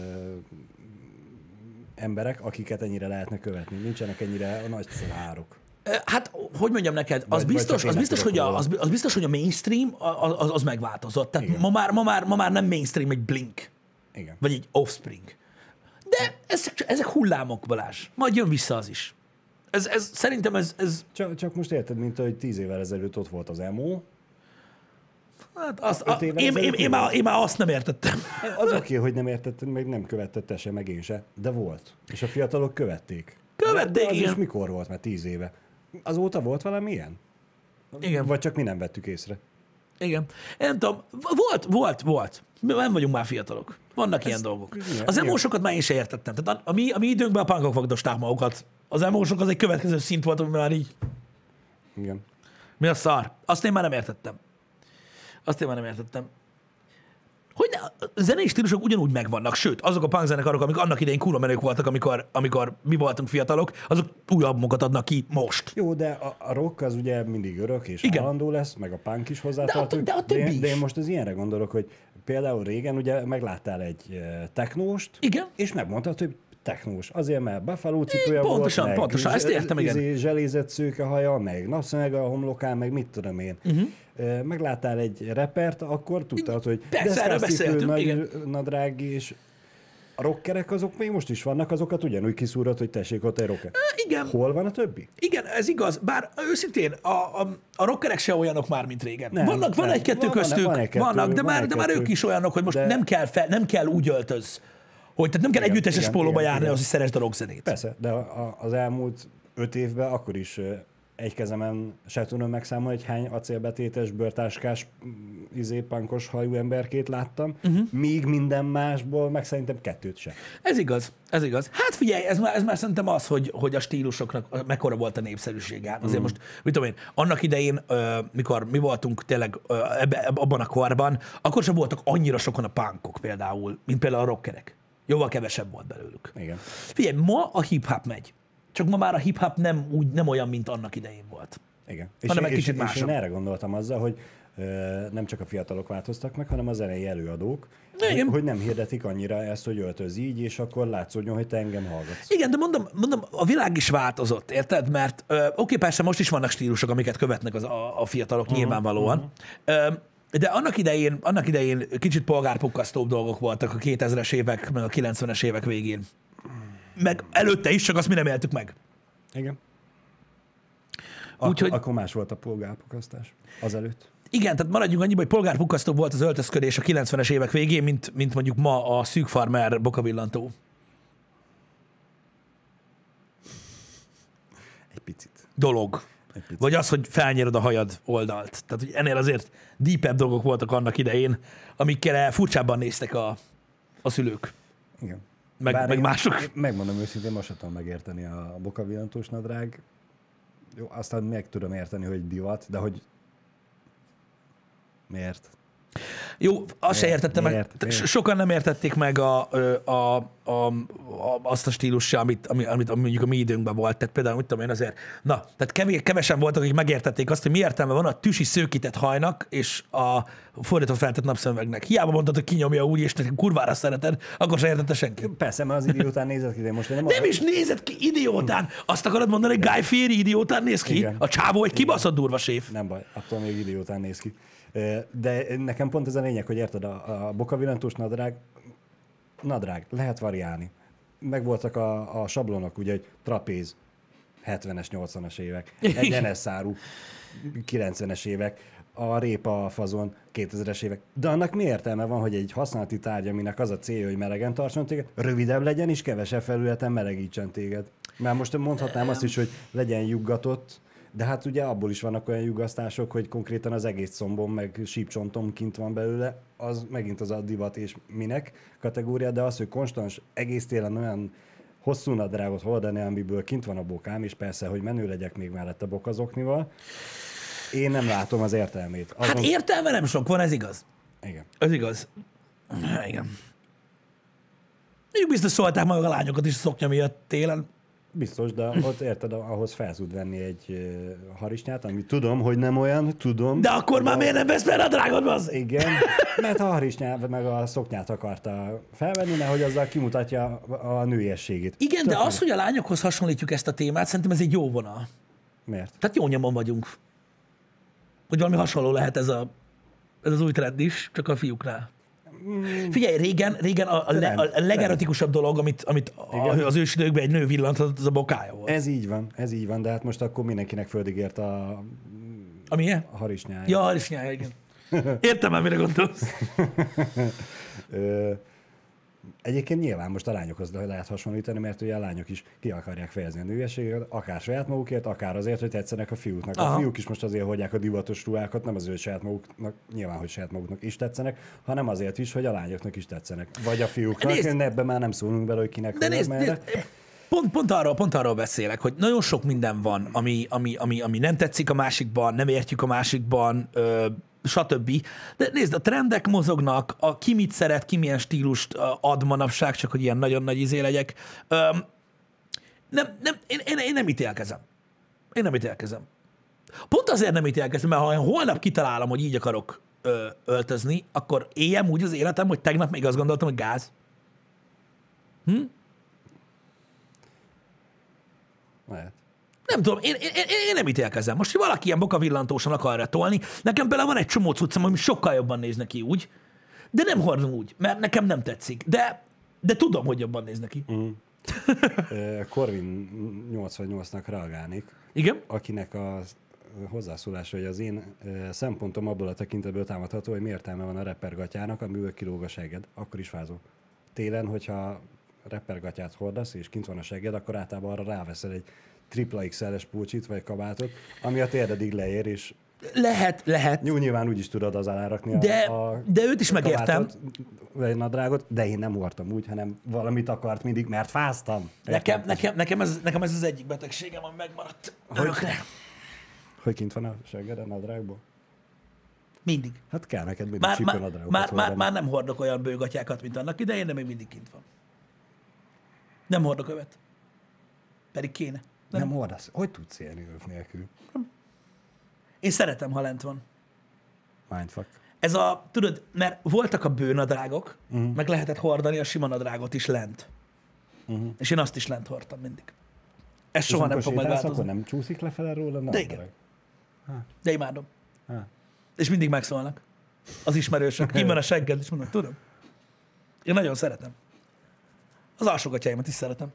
emberek, akiket ennyire lehetne követni. Nincsenek ennyire a nagy sztárok. Hát, hogy mondjam neked, az vagy, biztos, vagy az, biztos, hogy a, az, az biztos, hogy a mainstream az, az megváltozott. Tehát ma már, ma, már, ma már nem mainstream egy Blink. Igen. Vagy egy Offspring. De ezek, ezek hullámok, Balázs. Majd jön vissza az is. Ez, ez, szerintem ez... ez... Csak, csak most érted, mint hogy tíz évvel ezelőtt ott volt az emo. Hát azt, a, én, én, én, én, már, én már azt nem értettem. Az oké, okay, hogy nem értetted, meg nem követted te se, meg én se, de volt. És a fiatalok követték. Követték, de az igen. is mikor volt, mert tíz éve. Azóta volt valami ilyen? Igen. Vagy csak mi nem vettük észre? Igen. Én nem tudom, volt, volt, volt. Mi nem vagyunk már fiatalok. Vannak Ez ilyen dolgok. Igen, az emósokat már én se értettem. Tehát a, a, mi, a mi időnkben a punkok vagdosták magukat. Az emósok az egy következő szint volt, ami már így... Igen. Mi a szar? Azt én már nem értettem. Azt én már nem értettem. Hogy ne, a zenei stílusok ugyanúgy megvannak, sőt, azok a punk zenekarok, amik annak idején kurva menők voltak, amikor, amikor mi voltunk fiatalok, azok új albumokat adnak ki most. Jó, de a, a rock az ugye mindig örök és Igen. állandó lesz, meg a punk is hozzátartozik. De, a, de, a de, is. de én most az ilyenre gondolok, hogy például régen ugye megláttál egy technóst, Igen. és megmondtad, hogy technós. Azért, mert Buffalo cipője volt, pontosan, meg pontosan, ezt értem, igen. Izé, zselézett szőke haja, meg napszemeg a homlokán, meg mit tudom én. Uh-huh. Megláttál egy repert, akkor tudtad, hogy persze, erről beszéltünk, nagy igen. nadrág, és a rockerek azok még most is vannak, azokat ugyanúgy kiszúrod, hogy tessék ott egy rocker. Igen. Hol van a többi? Igen, ez igaz. Bár őszintén, a, a, a rockerek se olyanok már, mint régen. Nem, vannak, van egy-kettő van, köztük, van egy-kettő, vannak, de, van már, egy de már ők is olyanok, hogy most de... nem, kell fel, nem kell úgy öltöz, Hogy tehát nem kell Igen, együttes igen, pólóba igen, járni, igen. az, hogy szeresd a rockzenét. Persze, de a, a, az elmúlt öt évben akkor is ö, egy kezemen se tudom megszámolni, hogy hány acélbetétes, bőrtáskás, mm, izé, pankos hajú emberkét láttam, uh-huh. míg minden másból meg szerintem kettőt sem. Ez igaz, ez igaz. Hát figyelj, ez már, ez már szerintem az, hogy, hogy a stílusoknak mekkora volt a népszerűsége. Hát azért mm. most, mit tudom én, annak idején, ö, mikor mi voltunk tényleg ö, ebbe, ebbe, abban a korban, akkor sem voltak annyira sokan a punkok például, mint például a rockerek. Jóval kevesebb volt belőlük. Igen. Figyelj, ma a hip-hop megy. Csak ma már a hip-hop nem, úgy, nem olyan, mint annak idején volt. Igen. Hanem és, egy kicsit és, és másabb. én erre gondoltam azzal, hogy ö, nem csak a fiatalok változtak meg, hanem a zenei előadók, Igen. hogy, hogy nem hirdetik annyira ezt, hogy öltöz így, és akkor látszódjon, hogy te engem hallgatsz. Igen, de mondom, mondom a világ is változott, érted? Mert ö, oké, persze most is vannak stílusok, amiket követnek az, a, a fiatalok uh-huh, nyilvánvalóan. Uh-huh. Ö, de annak idején, annak idején kicsit polgárpukkasztóbb dolgok voltak a kétezres évek, meg a kilencvenes évek végén. Meg előtte is, csak azt mi nem éltük meg. Igen. Ak- Úgyhogy... Akkor más volt a polgárpukkasztás azelőtt. Igen, tehát maradjunk annyiba, hogy polgárpukkasztóbb volt az öltözködés a kilencvenes évek végén, mint, mint mondjuk ma a szűk farmer bokavillantó. Egy picit. Dolog. Egy picit. Vagy az, hogy felnyerod a hajad oldalt. Tehát, hogy ennél azért deepebb dolgok voltak annak idején, amikkel furcsábban néztek a, a szülők. Igen. Meg, Bár meg én, mások. én megmondom őszintén, most sem tudom megérteni a bokavillantós nadrág. Jó, aztán meg tudom érteni, hogy divat, de hogy miért? Jó, azt se Miért? értettem meg. Miért? Miért? Sokan nem értették meg a, a, a, a, a, azt a stílussal, amit, amit, amit mondjuk a mi időnkben volt. Tehát például, mit tudom én azért, na, tehát kevés, kevesen voltak, akik megértették azt, hogy mi értelme van a tüsi szőkített hajnak és a fordított feltett napszemüvegnek. Hiába mondtad, hogy kinyomja úgy, és te kurvára szereted, akkor se értette senki. Persze, mert az idiótán nézett ki, de most én nem... Nem is nézett ki idiótán. Azt akarod mondani, hogy Guy Fieri idiótán néz ki? Igen. A csávó egy kibaszott durva séf. Nem baj, attól még idiótán néz ki. De nekem pont ez a lényeg, hogy érted, a, a bokavillantós nadrág, nadrág, lehet variálni. Megvoltak a, a sablonok, ugye, egy trapéz, hetvenes, nyolcvanas évek, egy en es szárú, kilencvenes évek, a répa, a fazon, kétezres évek. De annak mi értelme van, hogy egy használati tárgy, aminek az a célja, hogy melegen tartson téged, rövidebb legyen és kevesebb felületen melegítsen téged. Mert most mondhatnám azt is, hogy legyen juggatott, de hát ugye abból is vannak olyan jugasztások, hogy konkrétan az egész combom meg sípcsontom kint van belőle, az megint az a divat és minek kategória, de az, hogy konstans egész télen olyan hosszú nadrágot hordani, amiből kint van a bokám, és persze, hogy menő legyek még mellett a bokazoknival, én nem látom az értelmét. Azon... Hát értelme nem sok van, ez igaz. Igen. Ez igaz. Igen. Még biztos szólták meg a lányokat is a szoknya miatt télen. Biztos, de ott érted, ahhoz fel tud venni egy uh, harisnyát, ami tudom, hogy nem olyan, tudom. De akkor már a... miért nem vesz fel a drágod, az? Igen, mert a harisnyát meg a szoknyát akarta felvenni, mert hogy azzal kimutatja a nőiességét. Igen, Tök de az, hogy a lányokhoz hasonlítjuk ezt a témát, szerintem ez egy jó vonal. Miért? Tehát jó nyomon vagyunk. Hogy valami hasonló lehet ez, a, ez az új trend is, csak a fiúknál. Figyelj, régen, régen a, a, le, a legerotikusabb dolog, amit, amit a, az ősidőkben egy nő villantott, az a bokája volt. Ez így van, ez így van, de hát most akkor mindenkinek földigért a, a milyen? a harisnyája. Ja, a harisnyája, igen. Értem már, mire gondolsz. Ö, Egyébként nyilván most a lányokhoz lehet hasonlítani, mert ugye a lányok is ki akarják fejezni a nőiességet, akár saját magukért, akár azért, hogy tetszenek a fiúknak. Aha. A fiúk is most azért hordják a divatos ruhákat, nem azért saját maguknak, nyilván, hogy saját maguknak is tetszenek, hanem azért is, hogy a lányoknak is tetszenek. Vagy a fiúknak, nézd, ebben már nem szólunk bele, hogy kinek de nézd, nézd, pont, pont, arról, pont arról beszélek, hogy nagyon sok minden van, ami, ami, ami, ami nem tetszik a másikban, nem értjük a másikban, ö, stb. De nézd, a trendek mozognak, a ki mit szeret, ki milyen stílust ad manapság, csak hogy ilyen nagyon nagy izé legyek. Öm, nem, nem, én, én, én nem ítélkezem. Én nem ítélkezem. Pont azért nem ítélkezem, mert ha én holnap kitalálom, hogy így akarok ö, öltözni, akkor éljem úgy az életem, hogy tegnap még azt gondoltam, hogy gáz. Hm? Lehet. Nem tudom, én, én, én, én nem ítélkezem. Most, hogy valaki ilyen bokavillantósan akarja tolni, nekem például van egy csomó cuccom, ami sokkal jobban néz neki úgy, de nem hordom úgy, mert nekem nem tetszik. De, de tudom, hogy jobban néz neki. Mm. Corvin nyolcvannyolcnak reagálnék. Igen? Akinek a hozzászólása, hogy az én szempontom abból a tekintetből támadható, hogy mi értelme van a repergatyának, amiből kilóg a segged. Akkor is fázol. télen, hogyha rappergatyát hordasz, és kint van a segged, akkor általában arra ráveszel egy tripla iksz el-es pulcsit, vagy kabátot, ami a térdedig leér, és Lehet, lehet. jó, nyilván úgy is tudod az alárakni a, De, a de őt is megértem. kabátot, vagy nadrágot, de én nem hordtam úgy, hanem valamit akart mindig, mert fáztam. Nekem, nekem, nekem, ez, nekem ez az egyik betegségem, ami megmaradt örökre. Hogy kint van a segged a nadrágból? Mindig. Hát kell neked mindig Már, már, csípőnadrágokat már, már, hordani. már nem hordok olyan bőgatyákat, mint annak idején, de még mindig kint van. Nem hordok övet. Pedig kéne. Nem, nem hordasz. Hogy tudsz élni öv nélkül? Én szeretem, ha lent van. Mindfuck. Ez a, tudod, mert voltak a bőnadrágok, uh-huh. meg lehetett hordani a sima nadrágot is lent. Uh-huh. És én azt is lent hordtam mindig. Ez soha nem fog megváltozni. Akkor nem csúszik lefele róla? De igen. De imádom. Ha. És mindig megszólnak. Az ismerősök. Kim van a segged, és mondom, tudom. Én nagyon szeretem. Az alsógatyáimat is szeretem.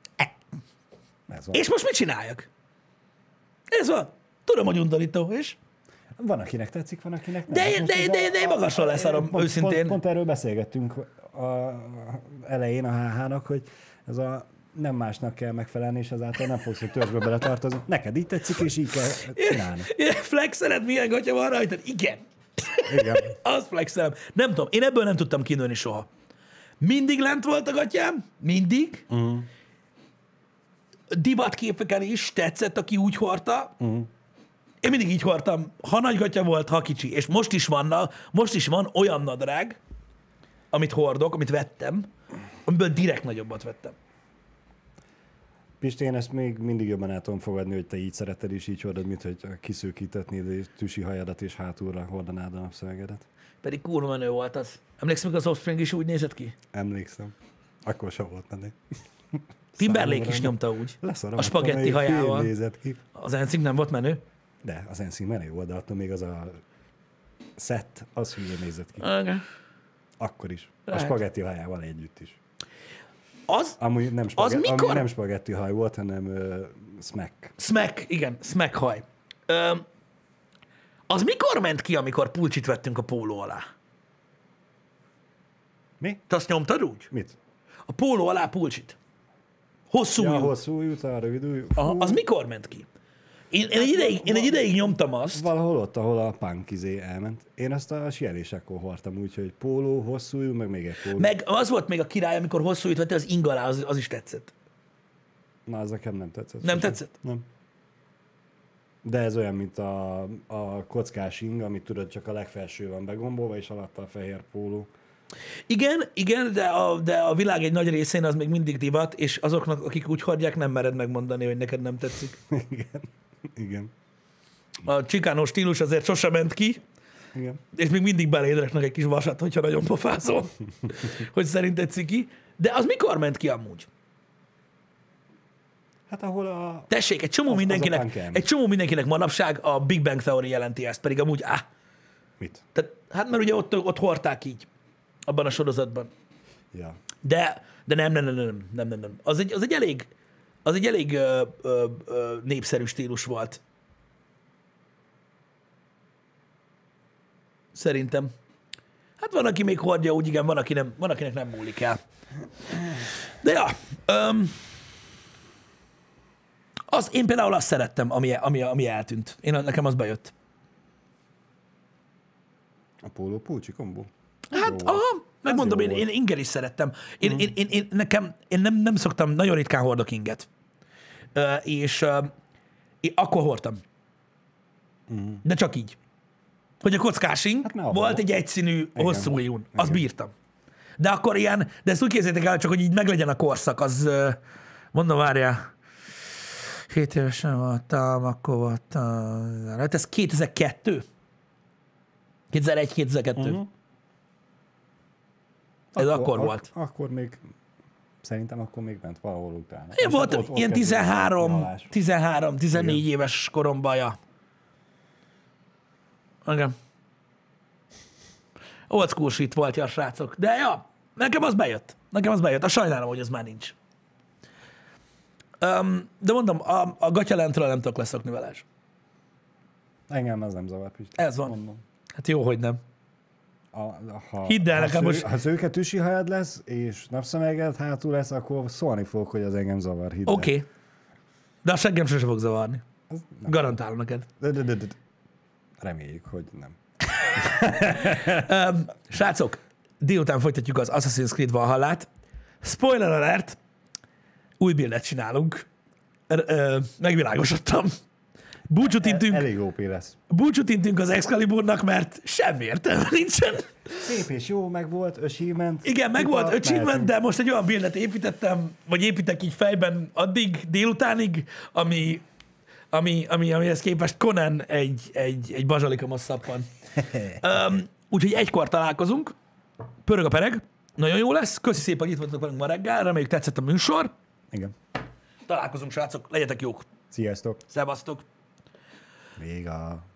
És most mit csináljak? Ez van. Tudom, hogy undorító, és? Van, akinek tetszik, van, akinek nem. De, én, de, de, de, de én magasra leszarom, pont, őszintén. Pont, pont erről beszélgettünk a elején a há há-nak, hogy ez a nem másnak kell megfelelni, és ezáltal nem fogsz a törzsbe beletartozni. Neked így tetszik, és így kell csinálni. Flexeled, milyen gatya van rajtad? Igen. Igen. Azt flexelem. Nem tudom, én ebből nem tudtam kinőni soha. Mindig lent volt a gatyám, mindig. Uh-huh. Divatképeken is tetszett, aki úgy hordta. Uh-huh. Én mindig így hordtam, ha nagy gatya volt, ha kicsi. És most is vannak, most is van olyan nadrág, amit hordok, amit vettem, amiből direkt nagyobbat vettem. Pisti, én ezt még mindig jobban el tudom fogadni, hogy te így szereted és így hordod, mint hogy kiszőkítetnéd és tüsi hajadat és hátulra hordanád a napszövegedet. Pedig kurva menő volt az. Emlékszem, hogy az Offspring is úgy nézett ki? Emlékszem. Akkor sem volt menő. Timberlake is nyomta úgy. Leszarom, a spagetti hajával. Nézett ki. Az en-sync nem volt menő? De az en sync menő volt, de attól még az a set, az hülye nézett ki. Okay. Akkor is. Lehet. A spagetti hajával együtt is. Az? Amúgy nem, spagetti, az mikor? amúgy nem spagetti haj volt, hanem uh, smack. Smack, igen, smack haj. Ö, az mikor ment ki, amikor pulcsit vettünk a póló alá? Mi? Te azt nyomtad úgy? Mit? A póló alá pulcsit. Hosszú ja, ujjú. hosszú ujjú, a rövid ujjú. Aha, az mikor ment ki? Én, én, egy ideig, én egy ideig nyomtam azt. Valahol ott, ahol a punk izé elment. Én azt a sielésekkor hordtam úgy, hogy póló, hosszú ujjú, meg még egy póló. Meg az volt még a király, amikor hosszú ujjút vette, az ing alá, az, az is tetszett. Na, az nekem nem tetszett. Nem tetszett? Nem. De ez olyan, mint a, a kockás ing, amit tudod, csak a legfelső van begombolva, és alatta a fehér póló. Igen, igen, de a, de a világ egy nagy részén az még mindig divat, és azoknak, akik úgy hordják, nem mered megmondani, hogy neked nem tetszik. Igen. Igen. A csikánó stílus azért sosem ment ki, Igen. és még mindig belédreknek egy kis vasat, hogyha nagyon pofázol, hogy szerinted ciki. De az mikor ment ki amúgy? Hát ahol a... Tessék, egy csomó, Az- az a mindenkinek, punk elm. egy csomó mindenkinek manapság a Big Bang Theory jelenti ezt, pedig amúgy áh. Mit? Tehát, hát mert ugye ott, ott hordták így, abban a sorozatban. Ja. De, de nem, nem, nem, nem, nem, nem, nem. Az egy, az egy elég, az egy elég ö, ö, ö, népszerű stílus volt. Szerintem. Hát van, aki még hordja úgy, igen, van, aki nem, van akinek nem múlik el. De ja, öm, az, én például azt szerettem, ami, ami, ami eltűnt. Én, nekem az bejött. A póló pulcsi kombó. Hát, aha, megmondom, én, én inger is szerettem. Én, mm. én, én, én, nekem, én nem, nem szoktam, nagyon ritkán hordok inget. Ö, és ö, én akkor hordtam. Mm. De csak így. Hogy a kockás ing hát volt ahol. Egy egyszínű, igen, hosszú ujjún. Azt bírtam. De akkor ilyen, de ezt úgy képzeljétek el, csak hogy így meglegyen a korszak, az, mondom, várjál, hét évesen voltam, akkor voltam, hát ez kétezer-kettő? kétezer-egy kétezer-kettő. Uh-huh. Ez akkor, akkor volt. Ak- akkor még, szerintem akkor még ment valahol utána. Én voltam ott, ott ilyen tizenhárom, tizenhárom, tizennégy igen. éves koromban, ja. Igen. Old school shit volt, ja, srácok. De ja, nekem az bejött. Nekem az bejött. A sajnálom, hogy ez már nincs. Um, de mondom, a, a gatyalentről nem tudok leszokni veled. Engem ez nem zavar, Pisti. Ez van. Mondom. Hát jó, hogy nem. A, ha, Hidd el ha, nekem sző, most- ha szőke tüsi hajad lesz, és napszemeged hátul lesz, akkor szólni fogok, hogy az engem zavar. Hidd el. Oké. Okay. De a seggem sose fog zavarni. Az nem. Garantálom neked. De, de, de, de. Reméljük, hogy nem. Um, srácok, délután folytatjuk az Assassin's Creed Valhallát. Spoiler alert, új buildet csinálunk. R- ö, megvilágosodtam. Búcsút intünk, Elég ó pé lesz. búcsút intünk az Excaliburnak, mert semmi értelme nincsen. Szép és jó, meg volt, achievement. Igen, meg Kupa, volt achievement, mehetünk. de most egy olyan buildet építettem, vagy építek így fejben addig, délutánig, ami, ami, ami amihez képest Conan egy, egy, egy bazsalika masszappan. um, úgyhogy egykor találkozunk, pörög a pereg, nagyon jó lesz, köszi szépen, hogy itt voltatok velünk ma reggel, reméljük tetszett a műsor. Igen. Találkozunk, srácok, legyetek jók. Sziasztok. Szevasztok. Véga.